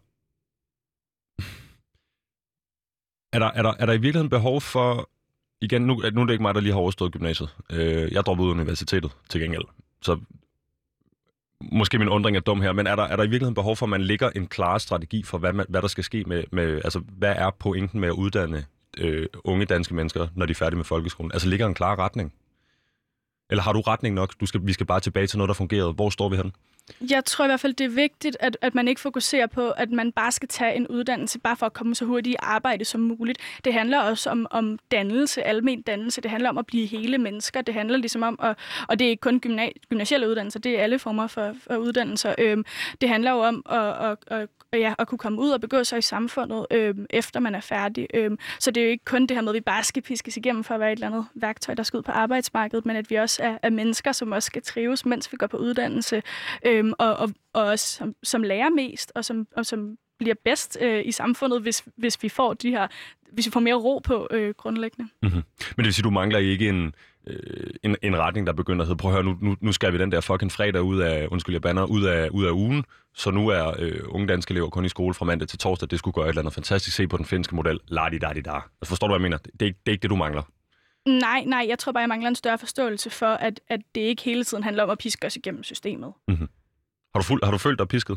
er der, er der, er der i virkeligheden behov for, igen, nu, nu er det ikke mig, der lige har overstået gymnasiet. Øh, jeg droppede ud af universitetet til gengæld, så måske min undring er dum her, men er der, er der i virkeligheden behov for, at man lægger en klar strategi for, hvad, man, hvad der skal ske med, med, altså hvad er pointen med at uddanne Øh, unge danske mennesker, når de er færdige med folkeskolen? Altså ligger en klar retning? Eller har du retning nok? Du skal, vi skal bare tilbage til noget, der fungerede. Hvor står vi henne? Jeg tror i hvert fald, det er vigtigt, at, at man ikke fokuserer på, at man bare skal tage en uddannelse, bare for at komme så hurtigt i arbejde som muligt. Det handler også om, om dannelse, almen dannelse. Det handler om at blive hele mennesker. Det handler ligesom om, at, og det er ikke kun gymna- gymnasielle uddannelser, det er alle former for, for uddannelser. Øhm, det handler jo om at, at, at, ja, at kunne komme ud og begå sig i samfundet, øhm, efter man er færdig. Øhm, så det er jo ikke kun det her med, at vi bare skal piskes igennem for at være et eller andet værktøj, der skal ud på arbejdsmarkedet, men at vi også er, er mennesker, som også skal trives, mens vi går på uddannelse. Øhm, Og, og, og også som, som lærer mest, og som, og som bliver bedst øh, i samfundet, hvis, hvis vi får de her, hvis vi får mere ro på øh, grundlæggende. Mm-hmm. Men det vil sige, du mangler ikke en, øh, en, en retning, der begynder at hedde, prøv at høre, nu, nu, nu skal vi den der fucking fredag ud af, undskyld, jeg banner, ud af, ud af ugen, så nu er øh, unge danske elever kun i skole fra mandag til torsdag, det skulle gøre et eller andet fantastisk, se på den finske model, la-di-da-di-da. Altså, forstår du, hvad jeg mener? Det er, ikke, det er ikke det, du mangler. Nej, nej, jeg tror bare, jeg mangler en større forståelse for, at, at det ikke hele tiden handler om at piske os igennem systemet. Mm-hmm. Har du, fuld, har du følt dig pisket?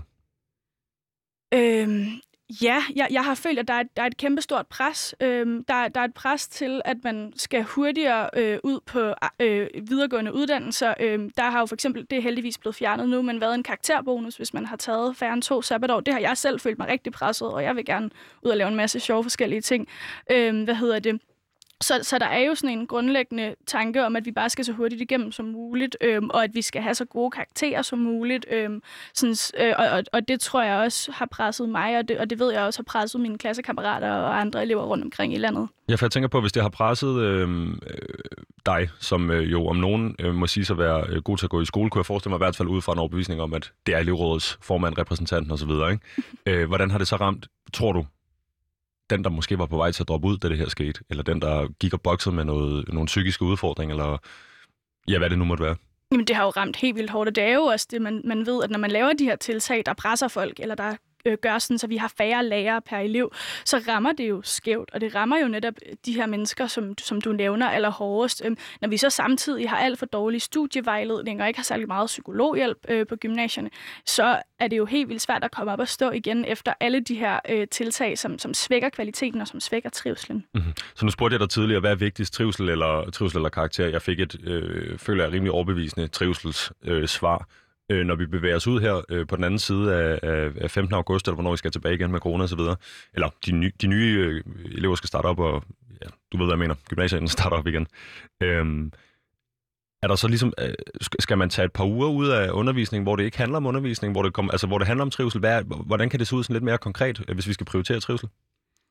Øhm, ja, jeg, jeg har følt, at der er, der er et kæmpestort pres. Øhm, der, der er et pres til, at man skal hurtigere øh, ud på øh, videregående uddannelser. Øhm, der har jo for eksempel, det er heldigvis blevet fjernet nu, men været en karakterbonus, hvis man har taget færre end to sabbatår. Det har jeg selv følt mig rigtig presset, og jeg vil gerne ud og lave en masse sjove forskellige ting. Øhm, hvad hedder det? Så, så der er jo sådan en grundlæggende tanke om, at vi bare skal så hurtigt igennem som muligt, øhm, og at vi skal have så gode karakterer som muligt. Øhm, sådan, øh, og, og det tror jeg også har presset mig, og det, og det ved jeg også har presset mine klassekammerater og andre elever rundt omkring i landet. Ja, for jeg tænker på, hvis det har presset øh, dig, som øh, jo om nogen øh, må sige sig at være øh, god til at gå i skole, kunne jeg forestille mig i hvert fald ud fra en overbevisning om, at det er elevrådets formand, repræsentanten osv. øh, hvordan har det så ramt, tror du, den, der måske var på vej til at droppe ud, da det her skete, eller den, der gik og boksede med noget, nogle psykiske udfordringer, eller ja, hvad det nu måtte være? Jamen, det har jo ramt helt vildt hårdt, og det er jo også det, man, man ved, at når man laver de her tiltag, der presser folk, eller der øh, gør sådan, så vi har færre lærere per elev, så rammer det jo skævt, og det rammer jo netop de her mennesker, som, som du nævner allerhårdest. Øhm, når vi så samtidig har alt for dårlig studievejledning, og ikke har særlig meget psykologhjælp øh, på gymnasierne, så er det jo helt vildt svært at komme op og stå igen efter alle de her øh, tiltag, som, som svækker kvaliteten og som svækker trivselen. Mm-hmm. Så nu spurgte jeg dig tidligere, hvad er vigtigst, trivsel eller, trivsel eller karakter? Jeg fik et, øh, føler jeg, rimelig overbevisende trivselssvar. Øh, øh, når vi bevæger os ud her øh, på den anden side af, af, af femtende august, eller hvornår vi skal tilbage igen med corona og så videre, eller de, ny, de nye øh, elever skal starte op, og ja, du ved, hvad jeg mener, gymnasierne starter op igen. Øh, Er der så ligesom, skal man tage et par uger ud af undervisning, hvor det ikke handler om undervisning, hvor det, kom, altså, hvor det handler om trivsel? Hvad er, hvordan kan det se ud sådan lidt mere konkret, hvis vi skal prioritere trivsel?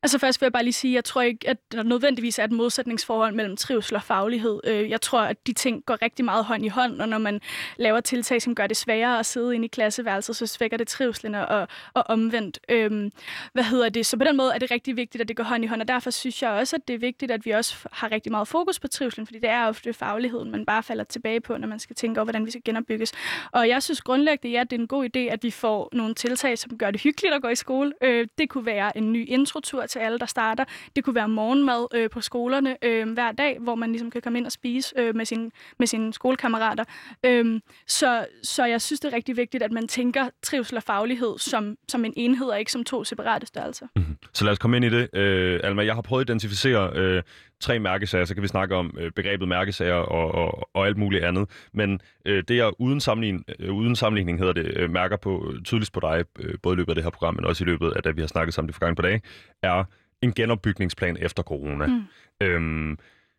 Altså først vil jeg bare lige sige, at jeg tror ikke, at der nødvendigvis er et modsætningsforhold mellem trivsel og faglighed. Jeg tror, at de ting går rigtig meget hånd i hånd, og når man laver tiltag, som gør det sværere at sidde inde i klasseværelset, så svækker det trivslen og, og omvendt. Øhm, hvad hedder det? Så på den måde er det rigtig vigtigt, at det går hånd i hånd, og derfor synes jeg også, at det er vigtigt, at vi også har rigtig meget fokus på trivslen, fordi det er ofte fagligheden, man bare falder tilbage på, når man skal tænke over, hvordan vi skal genopbygges. Og jeg synes grundlæggende, ja, at det er en god idé, at vi får nogle tiltag, som gør det hyggeligt at gå i skole. Øh, det kunne være en ny introtur til alle, der starter. Det kunne være morgenmad øh, på skolerne øh, hver dag, hvor man ligesom kan komme ind og spise øh, med, sin, med sine skolekammerater. Øh, så, så jeg synes, det er rigtig vigtigt, at man tænker trivsel og faglighed som, som en enhed, og ikke som to separate størrelser. Mm-hmm. Så lad os komme ind i det. Øh, Alma, jeg har prøvet at identificere øh, tre mærkesager, så kan vi snakke om øh, begrebet mærkesager og, og, og alt muligt andet. Men øh, det, jeg uden, sammenligning, øh, uden sammenligning hedder det, øh, mærker på, tydeligst på dig, øh, både i løbet af det her program, men også i løbet af det, vi har snakket sammen de forgangne par dage, er en genopbygningsplan efter corona. Mm. Øhm,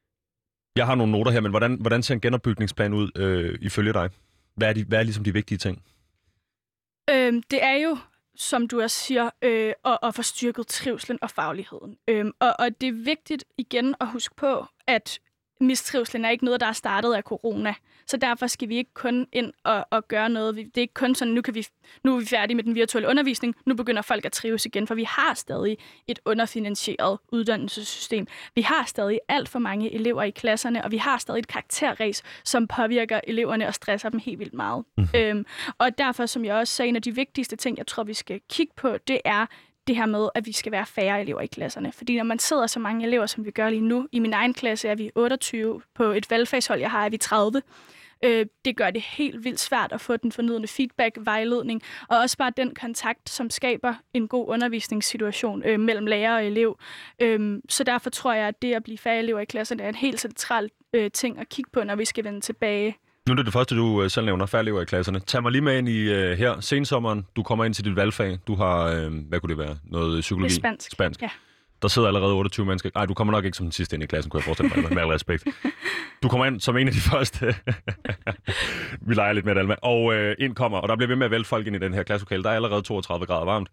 jeg har nogle noter her, men hvordan, hvordan ser en genopbygningsplan ud øh, ifølge dig? Hvad er, de, hvad er ligesom de vigtige ting? Øhm, det er jo, som du også siger, øh, at, at få styrket trivslen og fagligheden. Øhm, og, og det er vigtigt igen at huske på, at mistrivslen er ikke noget, der er startet af corona. Så derfor skal vi ikke kun ind og, og gøre noget. Det er ikke kun sådan, nu, kan vi, nu er vi færdige med den virtuelle undervisning, nu begynder folk at trives igen, for vi har stadig et underfinansieret uddannelsessystem. Vi har stadig alt for mange elever i klasserne, og vi har stadig et karakterræs, som påvirker eleverne og stresser dem helt vildt meget. Mm. Øhm, og derfor, som jeg også sagde, en af de vigtigste ting, jeg tror, vi skal kigge på, det er det her med, at vi skal være færre elever i klasserne. Fordi når man sidder så mange elever, som vi gør lige nu, i min egen klasse er vi otteogtyve, på et valgfagshold, jeg har, er vi tredive. Øh, det gør det helt vildt svært at få den fornødne feedback, vejledning, og også bare den kontakt, som skaber en god undervisningssituation øh, mellem lærer og elev. Øh, så derfor tror jeg, at det at blive færre elever i klasserne er en helt central øh, ting at kigge på, når vi skal vende tilbage. Nu er det det første, du selv nævner, færre elever i klasserne. Tag mig lige med ind i uh, her, sensommeren. Du kommer ind til dit valgfag. Du har, uh, hvad kunne det være? Noget psykologi? Det er spansk. Spansk. Ja. Der sidder allerede otteogtyve mennesker. Nej, du kommer nok ikke som den sidste ind i klassen, kunne jeg forestille mig, med al respekt. Du kommer ind som en af de første. Vi leger lidt med det, Alma. Og uh, ind kommer, og der bliver ved med at vælte folk ind i den her klasselokale. Der er allerede toogtredive grader varmt.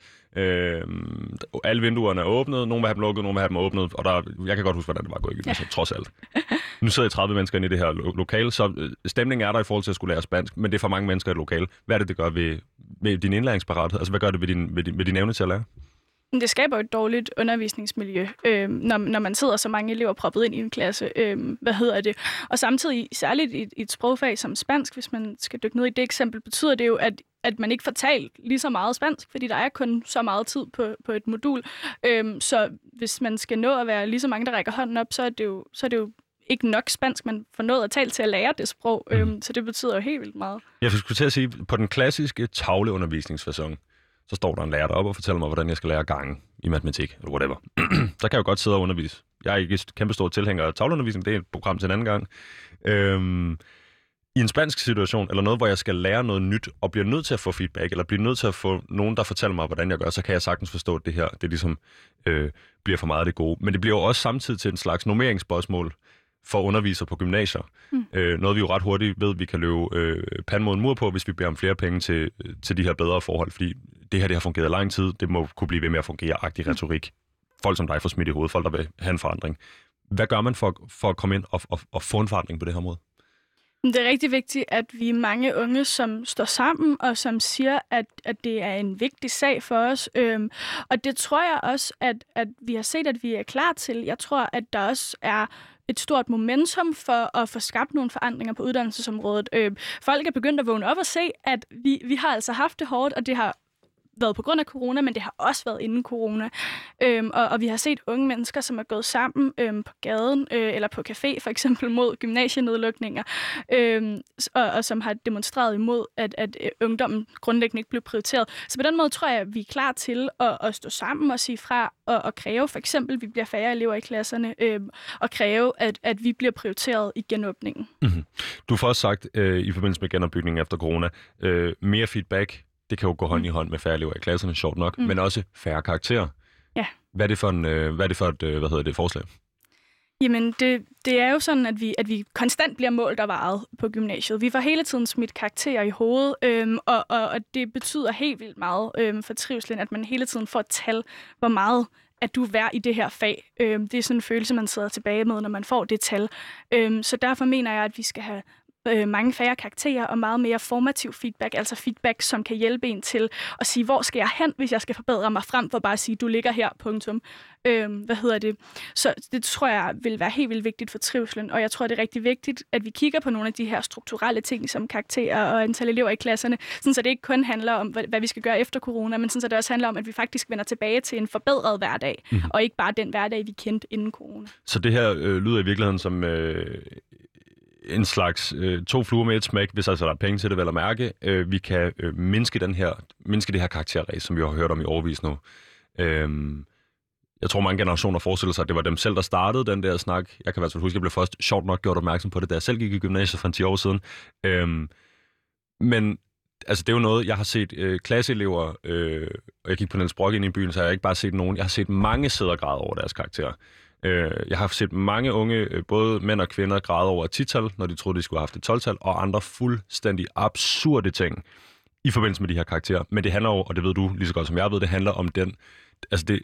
Uh, alle vinduerne er åbnet. Nogle vil have dem lukket, nogle vil have dem åbnet. Og der, jeg kan godt huske, hvordan det var at gå i gymnasiet, ja. Trods alt. Nu sidder jeg tredive mennesker inde i det her lo- lokale, så øh, stemningen er der i forhold til at skulle lære spansk, men det er for mange mennesker i et lokale. Hvad er det, det gør ved, ved din indlæringsparathed? Altså, hvad gør det ved din, ved din, ved din evne til at lære? Det skaber et dårligt undervisningsmiljø, øh, når, når man sidder så mange elever proppet ind i en klasse. Øh, hvad hedder det? Og samtidig, særligt i, i et sprogfag som spansk, hvis man skal dykke ned i det eksempel, betyder det jo, at at man ikke får talt lige så meget spansk, fordi der er kun så meget tid på, på et modul. Øh, så hvis man skal nå at være lige så mange, der rækker hånden op, så er det jo, så er det jo ikke nok spansk, man får noget at tale til at lære det sprog, mm. øhm, så det betyder jo helt vildt meget. Jeg skulle til at sige, på den klassiske tavleundervisningsfacon, så står der en lærer deroppe og fortæller mig, hvordan jeg skal lære gange i matematik, eller whatever. Der kan jeg jo godt sidde og undervise. Jeg er ikke kæmpe stor tilhænger af tavleundervisning, det er et program til en anden gang. Øhm, I en spansk situation, eller noget, hvor jeg skal lære noget nyt, og bliver nødt til at få feedback, eller bliver nødt til at få nogen, der fortæller mig, hvordan jeg gør, så kan jeg sagtens forstå, at det her, det ligesom øh, bliver for meget af det gode. Men det bliver jo også samtidig til en slags normeringsspørgsmål for undervisere på gymnasier. Mm. Øh, noget vi jo ret hurtigt ved, vi kan løbe øh, panden mod en mur på, hvis vi beder om flere penge til, til de her bedre forhold, fordi det her det har fungeret i lang tid, det må kunne blive ved med at fungere, agtig mm. retorik. Folk som dig får smidt i hovedet, folk der vil have en forandring. Hvad gør man for, for at komme ind og, og, og få en forandring på det her område? Det er rigtig vigtigt, at vi er mange unge, som står sammen og som siger, at, at det er en vigtig sag for os. Øhm, og det tror jeg også, at, at vi har set, at vi er klar til. Jeg tror, at der også er et stort momentum for at få skabt nogle forandringer på uddannelsesområdet. Øhm, folk er begyndt at vågne op og se, at vi, vi har altså haft det hårdt, og det har været på grund af corona, men det har også været inden corona. Øhm, og, og vi har set unge mennesker, som er gået sammen øhm, på gaden øh, eller på café, for eksempel mod gymnasienedlukninger, øhm, og, og som har demonstreret imod, at, at øh, ungdommen grundlæggende ikke blev prioriteret. Så på den måde tror jeg, at vi er klar til at, at stå sammen og sige fra og, og kræve, for eksempel, at vi bliver færre elever i klasserne, øh, og kræve, at, at vi bliver prioriteret i genåbningen. Mm-hmm. Du får også sagt øh, i forbindelse med genopbygningen efter corona, øh, mere feedback. Det kan jo gå hånd i hånd med færre elever i klasserne, sjovt nok, mm. men også færre karakterer. Ja. Hvad er det for, en, hvad er det for et hvad hedder det, forslag? Jamen, det, det er jo sådan, at vi, at vi konstant bliver målt og vejet på gymnasiet. Vi får hele tiden smidt karakterer i hovedet, øhm, og, og, og det betyder helt vildt meget øhm, for trivslen, at man hele tiden får et tal, hvor meget at du er værd i det her fag. Øhm, det er sådan en følelse, man sidder tilbage med, når man får det tal. Øhm, så derfor mener jeg, at vi skal have øh, mange færre karakterer og meget mere formativ feedback, altså feedback, som kan hjælpe en til at sige, hvor skal jeg hen, hvis jeg skal forbedre mig, frem for bare at sige, du ligger her, punktum. Øhm, hvad hedder det? Så det tror jeg vil være helt vildt vigtigt for trivselen, og jeg tror, det er rigtig vigtigt, at vi kigger på nogle af de her strukturelle ting, som karakterer og antal elever i klasserne, sådan så det ikke kun handler om, hvad, hvad vi skal gøre efter corona, men sådan så det også handler om, at vi faktisk vender tilbage til en forbedret hverdag, mm. og ikke bare den hverdag, vi kendte inden corona. Så det her øh, lyder i virkeligheden som øh, en slags øh, to fluer med et smæk, hvis altså der er penge til det, vel at mærke. Øh, vi kan øh, mindske, den her, mindske det her karakterræs, som vi har hørt om i årevis nu. Øh, Jeg tror, mange generationer forestiller sig, at det var dem selv, der startede den der snak. Jeg kan i hvert fald huske, at jeg blev først sjovt nok gjort opmærksom på det, da jeg selv gik i gymnasiet for en ti år siden. Øhm, men altså, det er jo noget, jeg har set øh, klasseelever, øh, og jeg gik på Niels Brock ind i byen, så jeg har ikke bare set nogen. Jeg har set mange sidder og græde over deres karakterer. Øh, jeg har set mange unge, øh, både mænd og kvinder, græde over et ti-tal, når de troede, de skulle have haft et tolv-tal, og andre fuldstændig absurde ting i forbindelse med de her karakterer. Men det handler jo, og det ved du lige så godt som jeg ved, det handler om den Altså det,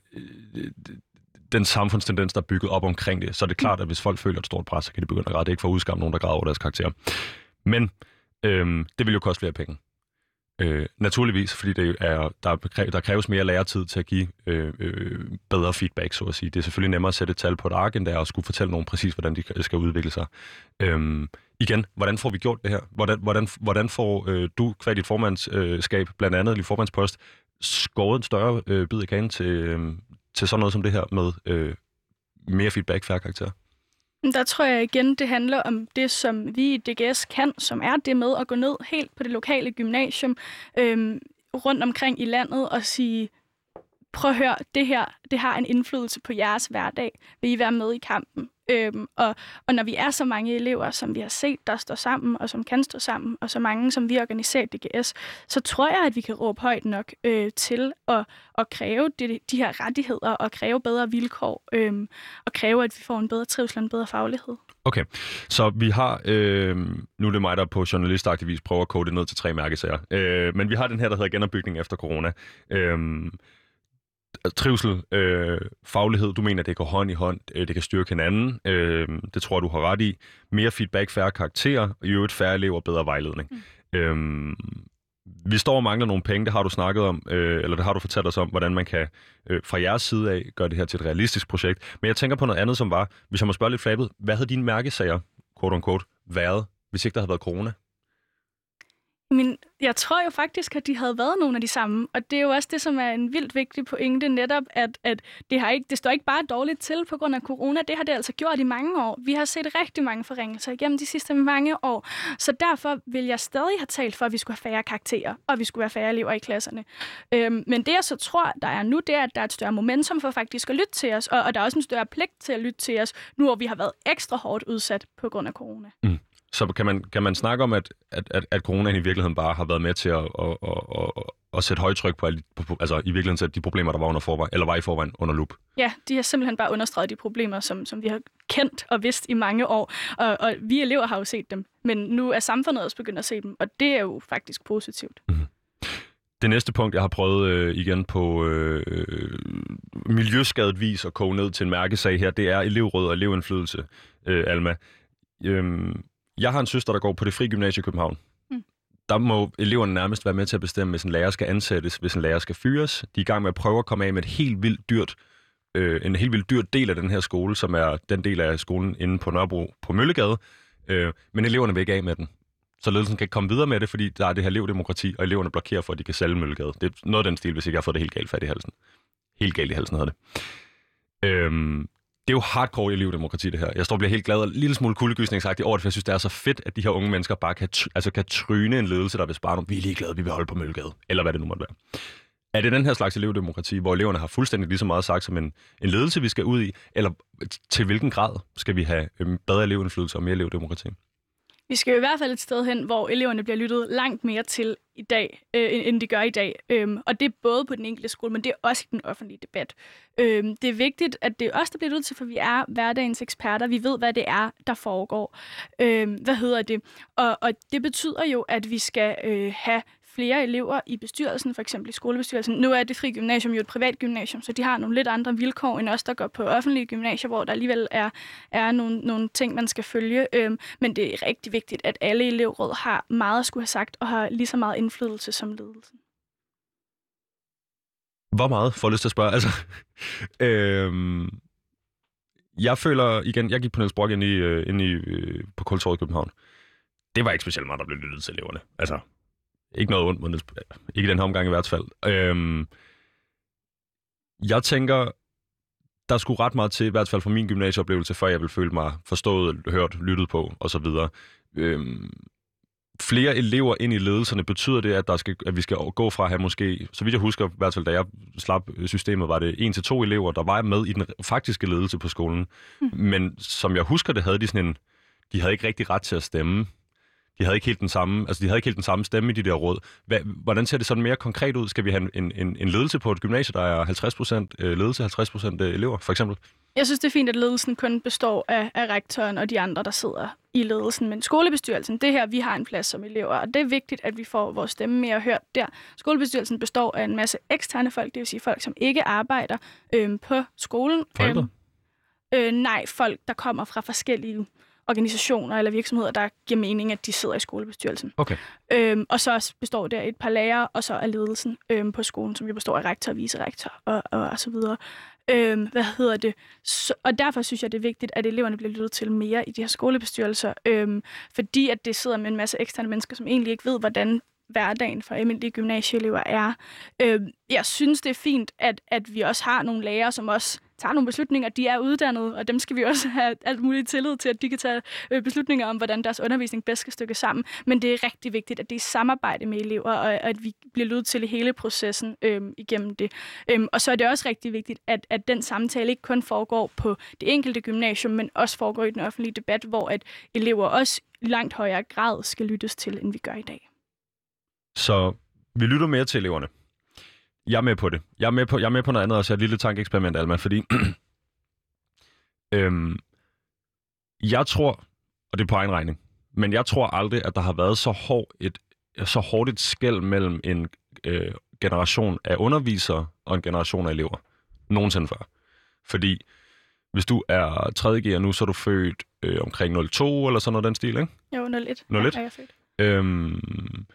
den samfundstendens, der er bygget op omkring det, så er det klart, at hvis folk føler et stort pres, så kan de begynde at græde. Det er ikke for at udskamme nogen, der græder over deres karakterer. Men øhm, det vil jo koste flere penge. Øh, naturligvis, fordi det er, der, der kræves mere lærertid til at give øh, øh, bedre feedback, så at sige. Det er selvfølgelig nemmere at sætte et tal på et ark, end det er at skulle fortælle nogen præcis, hvordan de skal udvikle sig. Øhm, igen, hvordan får vi gjort det her? Hvordan, hvordan, hvordan får øh, du, qua dit formandskab, blandt andet i formandspost, skåret en større øh, bid af kagen til, øh, til sådan noget som det her med øh, mere feedback, færre karakterer? Der tror jeg igen, det handler om det, som vi i D G S kan, som er det med at gå ned helt på det lokale gymnasium øh, rundt omkring i landet og sige, prøv at høre, det her det har en indflydelse på jeres hverdag. Vil I være med i kampen? Øhm, og, og når vi er så mange elever, som vi har set, der står sammen, og som kan stå sammen, og så mange, som vi organiserer i D G S, så tror jeg, at vi kan råbe højt nok øh, til at, at kræve de, de her rettigheder, og kræve bedre vilkår, øh, og kræve, at vi får en bedre trivsel og en bedre faglighed. Okay, så vi har, øh, nu er det mig, der på journalistaktiv vis prøver at kode det ned til tre mærkesager, øh, men vi har den her, der hedder genopbygning efter corona. Øh, Trivsel, øh, faglighed, du mener, det går hånd i hånd, øh, det kan styrke hinanden, øh, det tror jeg, du har ret i. Mere feedback, færre karakterer, og i øvrigt færre elever, bedre vejledning. Mm. Øh, vi står og mangler nogle penge, det har du snakket om, øh, eller det har du fortalt os om, hvordan man kan øh, fra jeres side af gøre det her til et realistisk projekt. Men jeg tænker på noget andet, som var, hvis jeg må spørge lidt flabet, hvad havde dine mærkesager, quote on quote, været, hvis ikke der havde været corona? Men jeg tror jo faktisk, at de havde været nogle af de samme, og det er jo også det, som er en vildt vigtig pointe, netop at, at det, har ikke, det står ikke bare dårligt til på grund af corona, det har det altså gjort i mange år. Vi har set rigtig mange forringelser igennem de sidste mange år, så derfor vil jeg stadig have talt for, at vi skulle have færre karakterer, og vi skulle have færre elever i klasserne. Øhm, men det jeg så tror, der er nu, det er, at der er et større momentum for faktisk at lytte til os, og, og der er også en større pligt til at lytte til os, nu hvor vi har været ekstra hårdt udsat på grund af corona. Mm. Så kan man, kan man snakke om, at, at, at, at coronaen i virkeligheden bare har været med til at, at, at, at, at sætte højtryk på, alle, på, altså i virkeligheden sætte de problemer, der var under forvejen, eller var i forvejen under lup? Ja, de har simpelthen bare understreget de problemer, som, som vi har kendt og vidst i mange år, og, og vi elever har jo set dem, men nu er samfundet også begyndt at se dem, og det er jo faktisk positivt. Mm-hmm. Det næste punkt, jeg har prøvet øh, igen på øh, miljøskadet vis at koge ned til en mærkesag her, det er elevråd og elevindflydelse, øh, Alma. Øhm, Jeg har en søster, der går på det frie gymnasie i København. Mm. Der må eleverne nærmest være med til at bestemme, hvis en lærer skal ansættes, hvis en lærer skal fyres. De er i gang med at prøve at komme af med et helt vildt dyrt, øh, en helt vildt dyrt del af den her skole, som er den del af skolen inde på Nørrebro på Møllegade. Øh, men eleverne vil ikke af med den. Så ledelsen kan ikke komme videre med det, fordi der er det her elevdemokrati, og eleverne blokerer for, at de kan sælge Møllegade. Det er noget af den stil, hvis ikke jeg har fået det helt galt fat i halsen. Helt galt i halsen hedder det. Øh, Det er jo hardcore elevdemokrati, det her. Jeg står og bliver helt glad og en lille smule kuldegysningsagtig over det, for jeg synes, det er så fedt, at de her unge mennesker bare kan, altså kan tryne en ledelse, der vil spare nogle, vi er ligeglade, vi vil holde på Møllegade, eller hvad det nu måtte være. Er det den her slags elevdemokrati, hvor eleverne har fuldstændig lige så meget sagt som en, en ledelse, vi skal ud i, eller til hvilken grad skal vi have bedre elevindflydelse og mere elevdemokrati? Vi skal jo i hvert fald et sted hen, hvor eleverne bliver lyttet langt mere til i dag, øh, end de gør i dag. Øhm, og det er både på den enkelte skole, men det er også i den offentlige debat. Øhm, det er vigtigt, at det er os, der bliver lyttet til, for vi er hverdagens eksperter. Vi ved, hvad det er, der foregår. Øhm, hvad hedder det? Og, og det betyder jo, at vi skal øh, have flere elever i bestyrelsen, for eksempel i skolebestyrelsen. Nu er det Fri Gymnasium jo et privat gymnasium, så de har nogle lidt andre vilkår end os, der går på offentlige gymnasier, hvor der alligevel er, er nogle, nogle ting, man skal følge. Øhm, men det er rigtig vigtigt, at alle elevråd har meget at skulle have sagt, og har lige så meget indflydelse som ledelsen. Hvor meget, får jeg lyst til at spørge? Altså, øhm, jeg føler, igen, jeg gik på Niels Brock ind i, øh, ind i, øh, på Kultorvet i København. Det var ikke specielt meget, der blev lyttet til eleverne. Altså, ikke noget ondt mod Niels, ikke i den her omgang i hvert fald. Øhm, jeg tænker, der skulle ret meget til, i hvert fald fra min gymnasieoplevelse, før jeg ville føle mig forstået, hørt, lyttet på, osv. Øhm, flere elever ind i ledelserne, betyder det, at, der skal, at vi skal gå fra at have måske, så vidt jeg husker, i hvert fald da jeg slap systemet, var det en til to elever, der var med i den faktiske ledelse på skolen. Mm. Men som jeg husker det, havde de sådan en, de havde ikke rigtig ret til at stemme. De havde ikke helt den samme, altså de havde ikke helt den samme stemme i de der råd. Hvad, hvordan ser det sådan mere konkret ud? Skal vi have en, en, en ledelse på et gymnasie, der er halvtreds procent ledelse, halvtreds procent elever, for eksempel? Jeg synes, det er fint, at ledelsen kun består af, af rektoren og de andre, der sidder i ledelsen. Men skolebestyrelsen, det her, vi har en plads som elever, og det er vigtigt, at vi får vores stemme mere hørt der. Skolebestyrelsen består af en masse eksterne folk, det vil sige folk, som ikke arbejder øhm, på skolen. Forældre? Øhm, øh, nej, folk, der kommer fra forskellige organisationer eller virksomheder, der giver mening, at de sidder i skolebestyrelsen. Okay. Øhm, og så består der et par lærere, og så er ledelsen øhm, på skolen, som jo består af rektor og vicerektor og, og, og så videre. Øhm, hvad hedder det? Så, og derfor synes jeg, det er vigtigt, at eleverne bliver lyttet til mere i de her skolebestyrelser, øhm, fordi at det sidder med en masse eksterne mennesker, som egentlig ikke ved, hvordan hverdagen for almindelige gymnasieelever er. Øhm, jeg synes, det er fint, at, at vi også har nogle lærere, som også tager nogle beslutninger. De er uddannede, og dem skal vi også have alt muligt tillid til, at de kan tage øh, beslutninger om, hvordan deres undervisning bedst skal stykke sammen. Men det er rigtig vigtigt, at det er samarbejde med elever, og, og at vi bliver lyttet til i hele processen øh, igennem det. Øhm, og så er det også rigtig vigtigt, at, at den samtale ikke kun foregår på det enkelte gymnasium, men også foregår i den offentlige debat, hvor at elever også i langt højere grad skal lyttes til, end vi gør i dag. Så vi lytter mere til eleverne. Jeg er med på det. Jeg er med på, jeg er med på noget andet, og så et lille tankeeksperiment, Alma, fordi øhm, jeg tror, og det er på egen regning, men jeg tror aldrig, at der har været så, hård et, så hårdt et skel mellem en øh, generation af undervisere og en generation af elever. Nogensinde før. Fordi hvis du er tredje G'er nu, så er du født øh, omkring nul to eller sådan noget den stil, ikke? Jo, nul et. nul et? Ja, jeg er født. Øhm,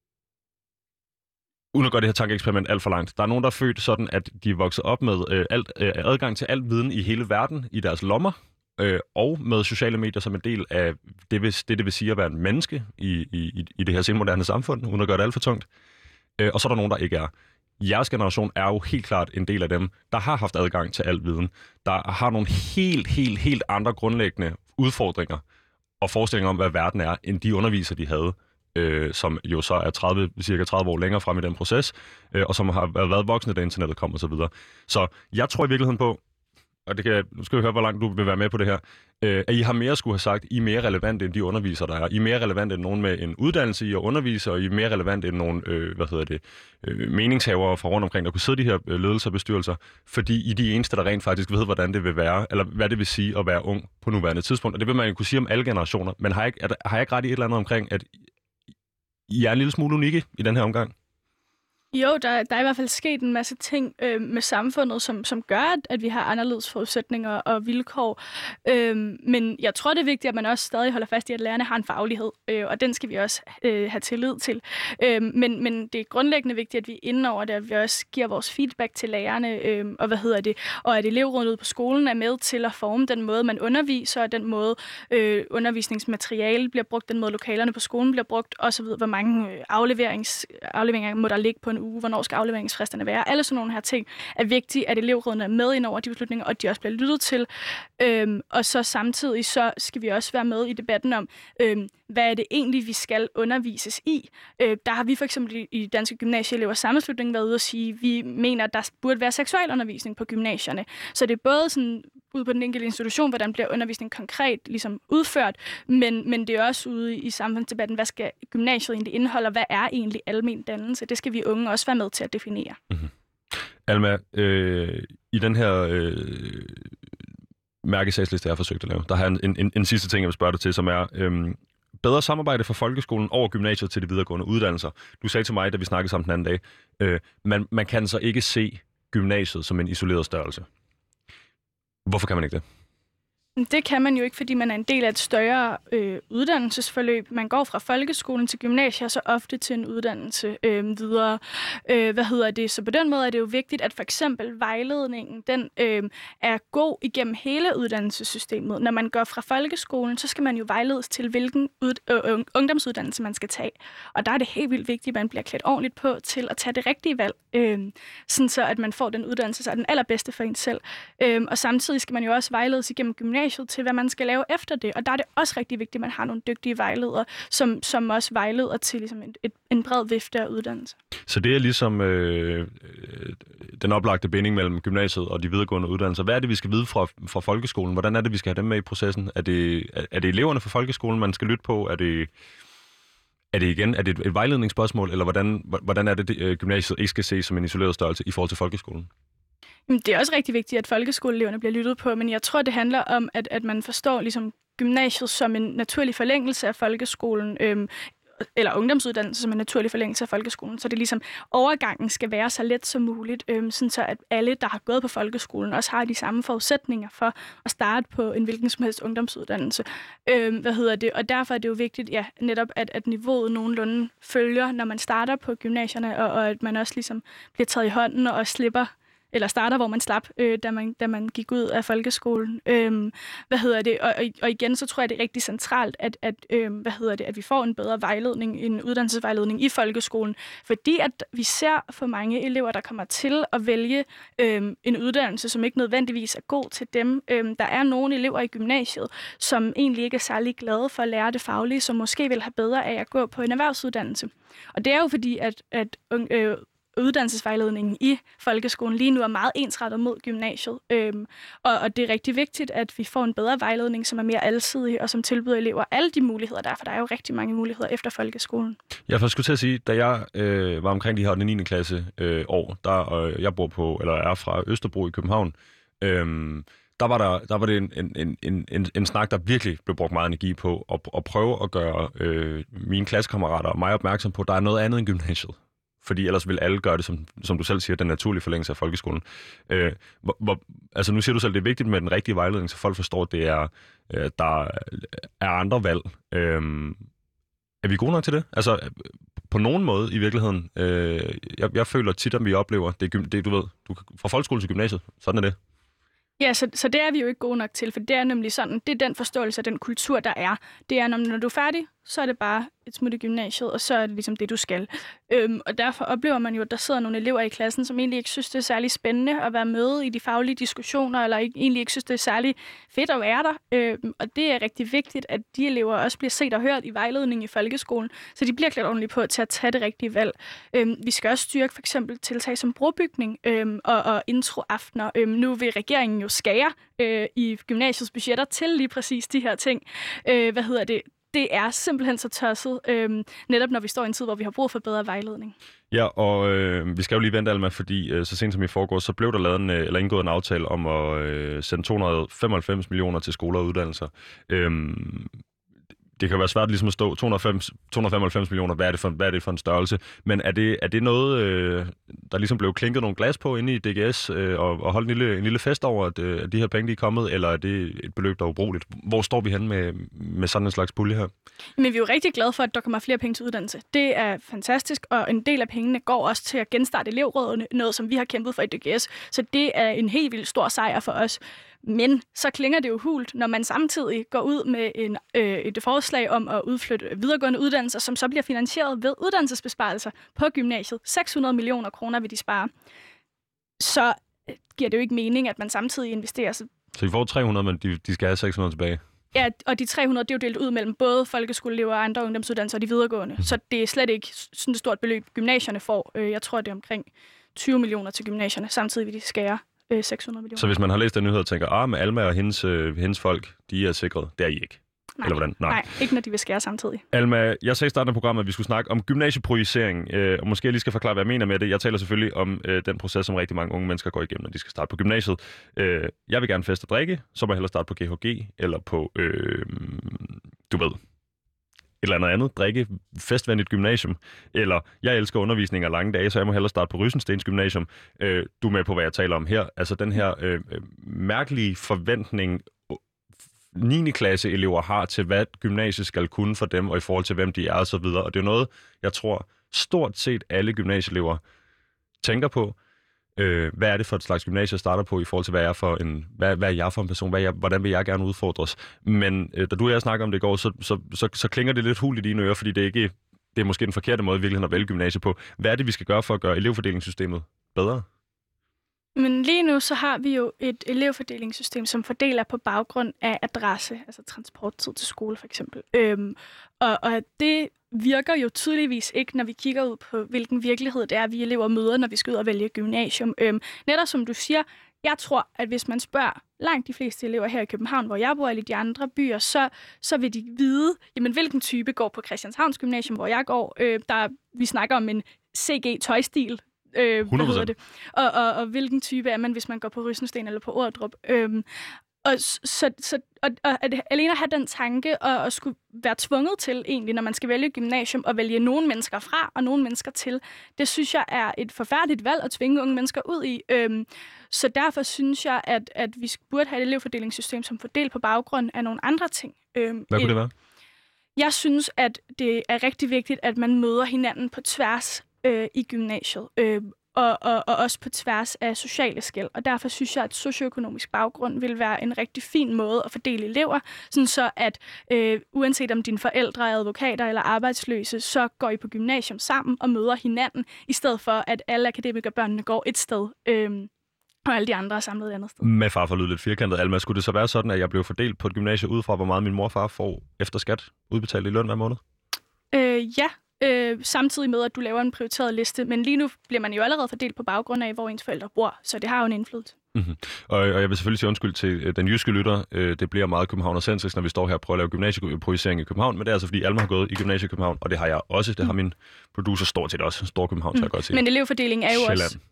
uden at gøre det her tankeeksperiment alt for langt. Der er nogen, der er født sådan, at de er vokset op med øh, alt, øh, adgang til al viden i hele verden i deres lommer, øh, og med sociale medier som en del af det, hvis, det, det vil sige at være en menneske i, i, i det her senmoderne samfund, uden at gøre det alt for tungt. Øh, og så er der nogen, der ikke er. Jeres generation er jo helt klart en del af dem, der har haft adgang til al viden, der har nogle helt, helt, helt andre grundlæggende udfordringer og forestillinger om, hvad verden er, end de undervisere, de havde. Øh, som jo så er tredive, cirka tredive år længere frem i den proces, øh, og som har været voksne, da internettet kom og så videre. Så jeg tror i virkeligheden på, og det kan, nu skal vi høre, hvor langt du vil være med på det her, øh, at I har mere skulle have sagt, I er mere relevante end de undervisere, der er. I er mere relevante end nogen med en uddannelse i at undervise, og I er mere relevante end nogen, øh, hvad hedder det, øh, meningshavere fra rundt omkring, der kunne sidde i de her øh, ledelser og bestyrelser, fordi I er de eneste, der rent faktisk ved, hvordan det vil være, eller hvad det vil sige at være ung på nuværende tidspunkt. Og det vil man jo kunne sige om alle generationer, men har jeg ikke, er der, har jeg ikke ret i et eller andet omkring, at I er en lille smule unikke i den her omgang? Jo, der, der er i hvert fald sket en masse ting øh, med samfundet, som, som gør, at, at vi har anderledes forudsætninger og vilkår. Øh, men jeg tror, det er vigtigt, at man også stadig holder fast i, at lærerne har en faglighed, øh, og den skal vi også øh, have tillid til. Øh, men, men det er grundlæggende vigtigt, at vi inden over det, at vi også giver vores feedback til lærerne, øh, og hvad hedder det, og at elevrådet ude på skolen er med til at forme den måde, man underviser, og den måde øh, undervisningsmateriale bliver brugt, den måde lokalerne på skolen bliver brugt, osv. Hvor mange øh, afleverings, afleveringer må der ligge på en uge, hvornår skal afleveringsfristerne være. Alle sådan nogle her ting er vigtige, at elevrådene er med ind over de beslutninger, og de også bliver lyttet til. Øhm, og så samtidig så skal vi også være med i debatten om, øhm, hvad er det egentlig, vi skal undervises i. Øh, der har vi for eksempel i Danske Gymnasieelevers Sammenslutning været ude at sige, at vi mener, at der burde være seksualundervisning på gymnasierne. Så det er både sådan ude på den enkelte institution, hvordan bliver undervisning konkret ligesom udført, men, men det er også ude i samfundsdebatten, hvad skal gymnasiet egentlig indeholde, og hvad er egentlig almen dannelse? Det skal vi unge også være med til at definere. Mm-hmm. Alma, øh, i den her øh, mærkesagsliste, jeg har forsøgt at lave, der har jeg en, en, en sidste ting, jeg vil spørge dig til, som er, øh, bedre samarbejde fra folkeskolen over gymnasiet til de videregående uddannelser. Du sagde til mig, da vi snakkede sammen den anden dag, øh, man, man kan så ikke se gymnasiet som en isoleret størrelse. Hvorfor kan man ikke det? Det kan man jo ikke, fordi man er en del af et større øh, uddannelsesforløb. Man går fra folkeskolen til gymnasiet, og så ofte til en uddannelse øh, videre. Øh, hvad hedder det? Så på den måde er det jo vigtigt, at for eksempel vejledningen, den øh, er god igennem hele uddannelsessystemet. Når man går fra folkeskolen, så skal man jo vejledes til, hvilken ud, øh, ungdomsuddannelse man skal tage. Og der er det helt vildt vigtigt, at man bliver klædt ordentligt på til at tage det rigtige valg, øh, sådan så at man får den uddannelse, der er den allerbedste for en selv. Øh, og samtidig skal man jo også vejledes igennem gymnasiet til, hvad man skal lave efter det. Og der er det også rigtig vigtigt, at man har nogle dygtige vejledere, som, som også vejleder til ligesom et, et, en bred vifte af uddannelse. Så det er ligesom øh, den oplagte binding mellem gymnasiet og de videregående uddannelser. Hvad er det, vi skal vide fra, fra folkeskolen? Hvordan er det, vi skal have dem med i processen? Er det, er det eleverne fra folkeskolen, man skal lytte på? Er det, er det igen er det et, et vejledningsspørgsmål, eller hvordan, hvordan er det, det, gymnasiet ikke skal ses som en isoleret størrelse i forhold til folkeskolen? Det er også rigtig vigtigt, at folkeskoleeleverne bliver lyttet på, men jeg tror, det handler om, at, at man forstår ligesom, gymnasiet som en naturlig forlængelse af folkeskolen, øhm, eller ungdomsuddannelse som en naturlig forlængelse af folkeskolen, så det ligesom overgangen skal være så let som muligt, øhm, sådan så at alle, der har gået på folkeskolen, også har de samme forudsætninger for at starte på en hvilken som helst ungdomsuddannelse. Øhm, hvad hedder det? Og derfor er det jo vigtigt, ja, netop at, at niveauet nogenlunde følger, når man starter på gymnasierne, og, og at man også ligesom bliver taget i hånden og slipper eller starter, hvor man slap, øh, da, man, da man gik ud af folkeskolen. Øhm, hvad hedder det? Og, og igen, så tror jeg, det er rigtig centralt, at, at, øh, hvad hedder det, at vi får en bedre vejledning, en uddannelsesvejledning i folkeskolen, fordi at vi ser for mange elever, der kommer til at vælge øh, en uddannelse, som ikke nødvendigvis er god til dem. Øh, der er nogle elever i gymnasiet, som egentlig ikke er særlig glade for at lære det faglige, som måske vil have bedre af at gå på en erhvervsuddannelse. Og det er jo fordi, at, at øh, uddannelsesvejledningen i folkeskolen lige nu er meget ensrettet mod gymnasiet. Øhm, og, og det er rigtig vigtigt, at vi får en bedre vejledning, som er mere alsidig og som tilbyder elever alle de muligheder der, for der er jo rigtig mange muligheder efter folkeskolen. Jeg først skulle til at sige, da jeg øh, var omkring de her den niende klasse øh, år, der øh, jeg bor på, eller er fra Østerbro i København, øh, der var, der, der var det en, en, en, en, en snak, der virkelig blev brugt meget energi på, at, at prøve at gøre øh, mine klassekammerater og mig opmærksom på, at der er noget andet end gymnasiet. Fordi ellers vil alle gøre det, som, som du selv siger, den naturlige forlængelse af folkeskolen. Øh, hvor, hvor, altså nu siger du selv, det er vigtigt med den rigtige vejledning, så folk forstår, at det er, øh, der er andre valg. Øh, er vi gode nok til det? Altså på nogen måde i virkeligheden. Øh, jeg, jeg føler tit, at vi oplever, det, det du ved, du, fra folkeskole til gymnasiet, sådan er det. Ja, så, så det er vi jo ikke gode nok til, for det er nemlig sådan, det er den forståelse af den kultur, der er. Det er, når, når du er færdig, så er det bare et smut i gymnasiet, og så er det ligesom det, du skal. Øhm, og derfor oplever man jo, at der sidder nogle elever i klassen, som egentlig ikke synes, det er særlig spændende at være med i de faglige diskussioner, eller ikke, egentlig ikke synes, det er særlig fedt at være der. Øhm, og det er rigtig vigtigt, at de elever også bliver set og hørt i vejledning i folkeskolen, så de bliver klædt ordentligt på til at tage det rigtige valg. Øhm, vi skal også styrke for eksempel tiltag som brobygning øhm, og, og introaftener. Øhm, nu vil regeringen jo skære øh, i gymnasiets budgetter til lige præcis de her ting. Øh, hvad hedder det? Det er simpelthen så tosset, øhm, netop når vi står i en tid, hvor vi har brug for bedre vejledning. Ja, og øh, vi skal jo lige vente, Alma, fordi øh, så sent som i forgår, så blev der lavet en, eller indgået en aftale om at øh, sende to hundrede og femoghalvfems millioner til skoler og uddannelser. Øhm, det kan være svært ligesom at stå to hundrede og femoghalvfems millioner, hvad er det for, hvad er det for en størrelse? Men er det, er det noget, øh, der ligesom blev klinket nogle glas på inde i D G S øh, og, og holdt en lille, en lille fest over, at, øh, at de her penge de er kommet, eller er det et beløb, der er ubrugeligt? Hvor står vi henne med, med sådan en slags pulje her? Men vi er jo rigtig glade for, at der kommer flere penge til uddannelse. Det er fantastisk, og en del af pengene går også til at genstarte elevrådene, noget som vi har kæmpet for i D G S. Så det er en helt vildt stor sejr for os. Men så klinger det jo hult, når man samtidig går ud med en, øh, et forslag om at udflytte videregående uddannelser, som så bliver finansieret ved uddannelsesbesparelser på gymnasiet. seks hundrede millioner kroner vil de spare. Så giver det jo ikke mening, at man samtidig investerer. Så, så I får tre hundrede, men de, de skal have seks hundrede tilbage? Ja, og de tre hundrede, det er jo delt ud mellem både folkeskoleelever og andre ungdomsuddannelser og de videregående. Mm. Så det er slet ikke sådan et stort beløb, gymnasierne får. Jeg tror, det er omkring tyve millioner til gymnasierne. Samtidig vil de skære seks hundrede millioner. Så hvis man har læst den nyhed og tænker, ah, med Alma og hendes, øh, hendes folk, de er sikret, det er I ikke? Nej, eller hvordan? Nej. Nej, ikke når de vil skære samtidig. Alma, jeg sagde i starten af programmet, at vi skulle snakke om gymnasieprojicering, øh, og måske jeg lige skal forklare, hvad jeg mener med det. Jeg taler selvfølgelig om øh, den proces, som rigtig mange unge mennesker går igennem, når de skal starte på gymnasiet. Øh, jeg vil gerne feste og drikke, så må jeg hellere starte på G H G, eller på, øh, du ved, eller andet andet, drikke festvenligt gymnasium, eller jeg elsker undervisning og lange dage, så jeg må hellere starte på Rysenstens Gymnasium. Øh, du er med på, hvad jeg taler om her. Altså den her øh, mærkelige forventning, niende klasse elever har til, hvad gymnasiet skal kunne for dem, og i forhold til, hvem de er, og så videre. Og det er noget, jeg tror, stort set alle gymnasieelever tænker på. Øh, hvad er det for et slags gymnasie, jeg starter på, i forhold til, hvad er jeg for en, hvad, hvad er jeg for en person, hvad er jeg, hvordan vil jeg gerne udfordres. Men øh, da du og jeg snakker om det i går, så, så, så, så klinger det lidt hul i dine ører, fordi det er, ikke, det er måske den forkerte måde virkelig at vælge gymnasie på. Hvad er det, vi skal gøre for at gøre elevfordelingssystemet bedre? Men lige nu så har vi jo et elevfordelingssystem, som fordeler på baggrund af adresse, altså transporttid til skole for eksempel. Øhm, og, og det virker jo tydeligvis ikke, når vi kigger ud på, hvilken virkelighed det er, vi elever møder, når vi skal ud og vælge gymnasium. Øhm, netop som du siger, jeg tror, at hvis man spørger langt de fleste elever her i København, hvor jeg bor, eller i de andre byer, så, så vil de vide, jamen, hvilken type går på Christianshavns Gymnasium, hvor jeg går. Øh, der, vi snakker om en C G-tøjstil, Øh, hvad hedder det? Og, og, og hvilken type er man, hvis man går på Rysensten eller på Ordrup. Øhm, og, så, så, og, og at alene at have den tanke og, og skulle være tvunget til egentlig, når man skal vælge gymnasium, og vælge nogle mennesker fra og nogle mennesker til, det synes jeg er et forfærdeligt valg at tvinge unge mennesker ud i. Øhm, så derfor synes jeg, at, at vi burde have et elevfordelingssystem, som fordeler på baggrund af nogle andre ting. Øhm, Hvad kunne det være? Jeg synes, at det er rigtig vigtigt, at man møder hinanden på tværs øh, i gymnasiet, øh, og, og, og også på tværs af sociale skel. Og derfor synes jeg, at socioøkonomisk baggrund vil være en rigtig fin måde at fordele elever, sådan så at øh, uanset om dine forældre er advokater eller arbejdsløse, så går I på gymnasium sammen og møder hinanden, i stedet for at alle akademikerbørnene går et sted, øh, og alle de andre er samlet et andet sted. Med far for at lyde lidt firkantet, Alma, skulle det så være sådan, at jeg blev fordelt på et gymnasie ud fra, hvor meget min mor og far får efter skat udbetalt i løn hver måned? Øh, ja, øh, samtidig med, at du laver en prioriteret liste. Men lige nu bliver man jo allerede fordelt på baggrund af, hvor ens forældre bor, så det har jo en indflydelse. Mm-hmm. Og, og jeg vil selvfølgelig sige undskyld til den jyske lytter. Øh, det bliver meget københavnercentrisk, når vi står her og prøver at lave gymnasieprojicering i København, men det er altså, fordi Alma har gået i gymnasiet i København, og det har jeg også. Det har min producer stort set også. Stor København, så jeg godt sige. Men elevfordeling er jo Sjælland. også...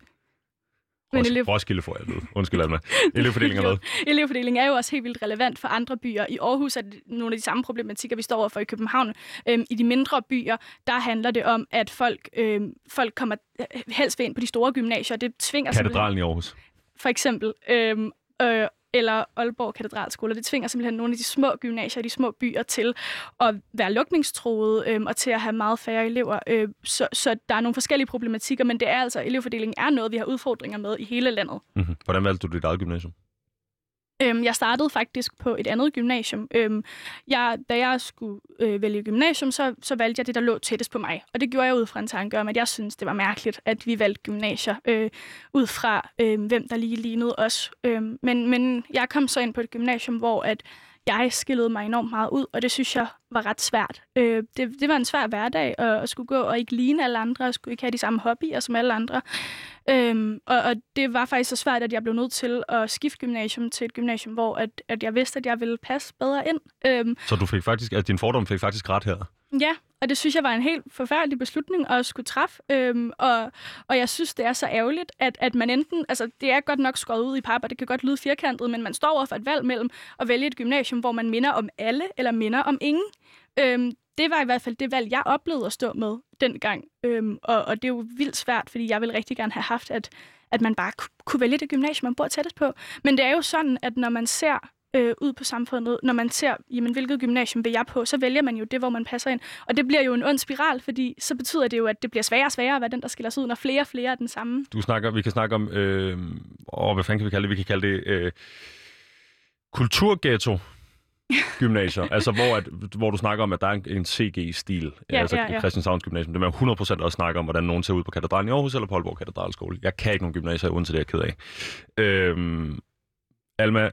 Men elev... Roskilde får jeg ved. Undskyld, Alma. Elevfordeling er hvad? Elevfordeling er jo også helt vildt relevant for andre byer. I Aarhus er det nogle af de samme problematikker, vi står overfor i København. Øhm, I de mindre byer, der handler det om, at folk, øhm, folk kommer helst ind på de store gymnasier. Det tvinger Katedralen i Aarhus. For eksempel. Øhm, øh, eller Aalborg Katedralskole. Det tvinger simpelthen nogle af de små gymnasier, de små byer til at være lukningstroede øhm, og til at have meget færre elever. Øh, så, så der er nogle forskellige problematikker, men det er altså, elevfordelingen er noget, vi har udfordringer med i hele landet. Mm-hmm. Hvordan valgte du dit eget gymnasium? Øhm, jeg startede faktisk på et andet gymnasium. Øhm, jeg, da jeg skulle øh, vælge gymnasium, så, så valgte jeg det, der lå tættest på mig. Og det gjorde jeg ud fra en tanke om, at jeg synes, det var mærkeligt, at vi valgte gymnasier øh, ud fra, øh, hvem der lige lignede os. Øhm, men, men jeg kom så ind på et gymnasium, hvor at jeg skillede mig enormt meget ud, og det synes jeg var ret svært. Øh, det, det var en svær hverdag at, at skulle gå og ikke ligne alle andre, og skulle ikke have de samme hobbyer som alle andre. Øhm, og, og det var faktisk så svært, at jeg blev nødt til at skifte gymnasium til et gymnasium, hvor at, at jeg vidste, at jeg ville passe bedre ind. Øhm, så du fik faktisk, at din fordom fik faktisk ret her? Ja, og det synes jeg var en helt forfærdelig beslutning at skulle træffe. Øhm, og, og jeg synes, det er så ærgerligt, at, at man enten... Altså, det er godt nok skåret ud i pap, og det kan godt lyde firkantet, men man står over for et valg mellem at vælge et gymnasium, hvor man minder om alle, eller minder om ingen. Øhm, det var i hvert fald det valg, jeg oplevede at stå med dengang. Øhm, og, og det er jo vildt svært, fordi jeg ville rigtig gerne have haft, at, at man bare kunne vælge det gymnasium, man bor tættest på. Men det er jo sådan, at når man ser... Øh, ud på samfundet, når man ser, jamen, hvilket gymnasium vil jeg på, så vælger man jo det, hvor man passer ind. Og det bliver jo en ond spiral, fordi så betyder det jo, at det bliver sværere og sværere at være den, der skiller sig ud, når flere og flere er den samme. Du snakker, vi kan snakke om, øh, åh, hvad fanden kan vi kalde det? Vi kan kalde det øh, kulturghetto gymnasier, altså hvor, at, hvor du snakker om, at der er en, en C G-stil, ja, altså ja, ja. Christianshavns Gymnasium. Det er hundrede procent også snakke om, hvordan nogen ser ud på Katedralen i Aarhus eller på Aalborg Katedralskole. Jeg kan ikke nogen gymnasier, uden til det, jeg er ked af. Øh, Alma,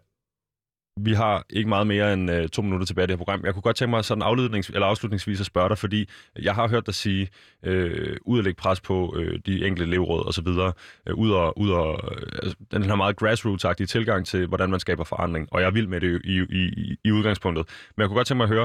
vi har ikke meget mere end øh, to minutter tilbage i det her program. Jeg kunne godt tænke mig sådan aflednings- eller afslutningsvis at spørge dig, fordi jeg har hørt dig sige, øh, ud at lægge pres på øh, de enkelte elevråd og så videre, øh, ud og, ud og øh, den her meget grassroots-agtige tilgang til, hvordan man skaber forandring. Og jeg er vild med det i, i, i, i udgangspunktet. Men jeg kunne godt tænke mig at høre,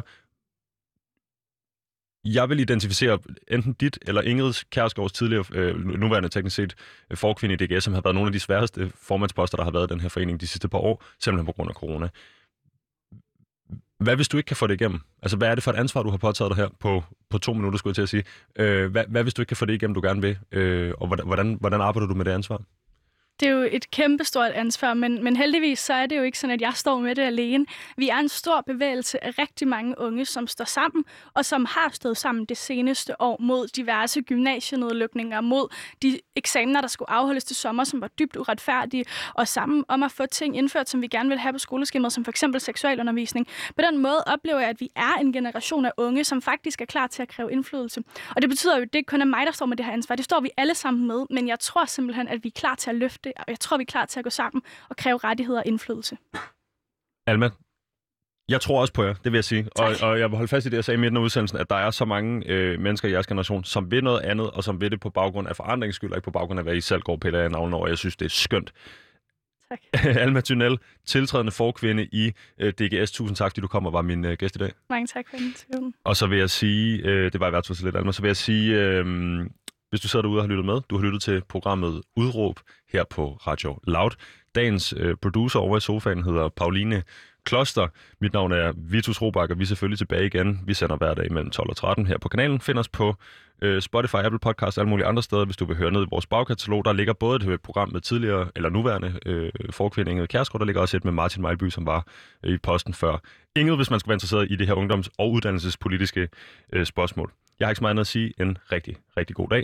jeg vil identificere enten dit eller Ingrid Kjærsgaards tidligere, øh, nuværende teknisk set, forkvinde i D G S, som har været nogle af de sværeste formandsposter, der har været i den her forening de sidste par år, simpelthen på grund af corona. Hvad hvis du ikke kan få det igennem? Altså, hvad er det for et ansvar, du har påtaget dig her på, på to minutter, skulle jeg til at sige? Øh, hvad, hvad hvis du ikke kan få det igennem, du gerne vil? Øh, og hvordan, hvordan arbejder du med det ansvar? Det er jo et kæmpestort ansvar, men, men heldigvis så er det jo ikke sådan, at jeg står med det alene. Vi er en stor bevægelse af rigtig mange unge, som står sammen, og som har stået sammen det seneste år mod diverse gymnasienedlukninger, mod de eksamener, der skulle afholdes til sommer, som var dybt uretfærdige, og sammen om at få ting indført, som vi gerne vil have på skoleskemaet, som for eksempel seksualundervisning. På den måde oplever jeg, at vi er en generation af unge, som faktisk er klar til at kræve indflydelse. Og det betyder jo, at det ikke kun er mig, der står med det her ansvar. Det står vi alle sammen med, men jeg tror simpelthen, at vi er klar til at løfte det, og jeg tror, vi er klar til at gå sammen og kræve rettigheder og indflydelse. Alma, jeg tror også på jer, det vil jeg sige. Og, og jeg vil holde fast i det, jeg sagde i midten af udsendelsen, at der er så mange øh, mennesker i jeres generation, som vil noget andet, og som vil det på baggrund af forandringens skyld, og ikke på baggrund af, hvad I selv går piller af navnet over. Jeg synes, det er skønt. Tak. Alma Tynell, tiltrædende forkvinde i øh, D G S. Tusind tak, fordi du kom og var min øh, gæst i dag. Mange tak for invitationen. Og så vil jeg sige, øh, det var i hvert fald så lidt, Alma, så vil jeg sige... Øh, Hvis du sidder derude og har lyttet med, du har lyttet til programmet Udråb her på Radio Loud. Dagens øh, producer over i sofaen hedder Pauline Kloster. Mit navn er Vitus Robak, og vi er selvfølgelig tilbage igen. Vi sender hver dag mellem tolv og tretten her på kanalen. Find os på øh, Spotify, Apple Podcast og alle mulige andre steder, hvis du vil høre ned i vores bagkatalog. Der ligger både et program med tidligere eller nuværende øh, forkvinde Ingrid Kjærsgaard. Der ligger også et med Martin Meilby, som var øh, i posten før Ingrid, hvis man skal være interesseret i det her ungdoms- og uddannelsespolitiske øh, spørgsmål. Jeg har ikke så meget andet at sige. En rigtig, rigtig god dag.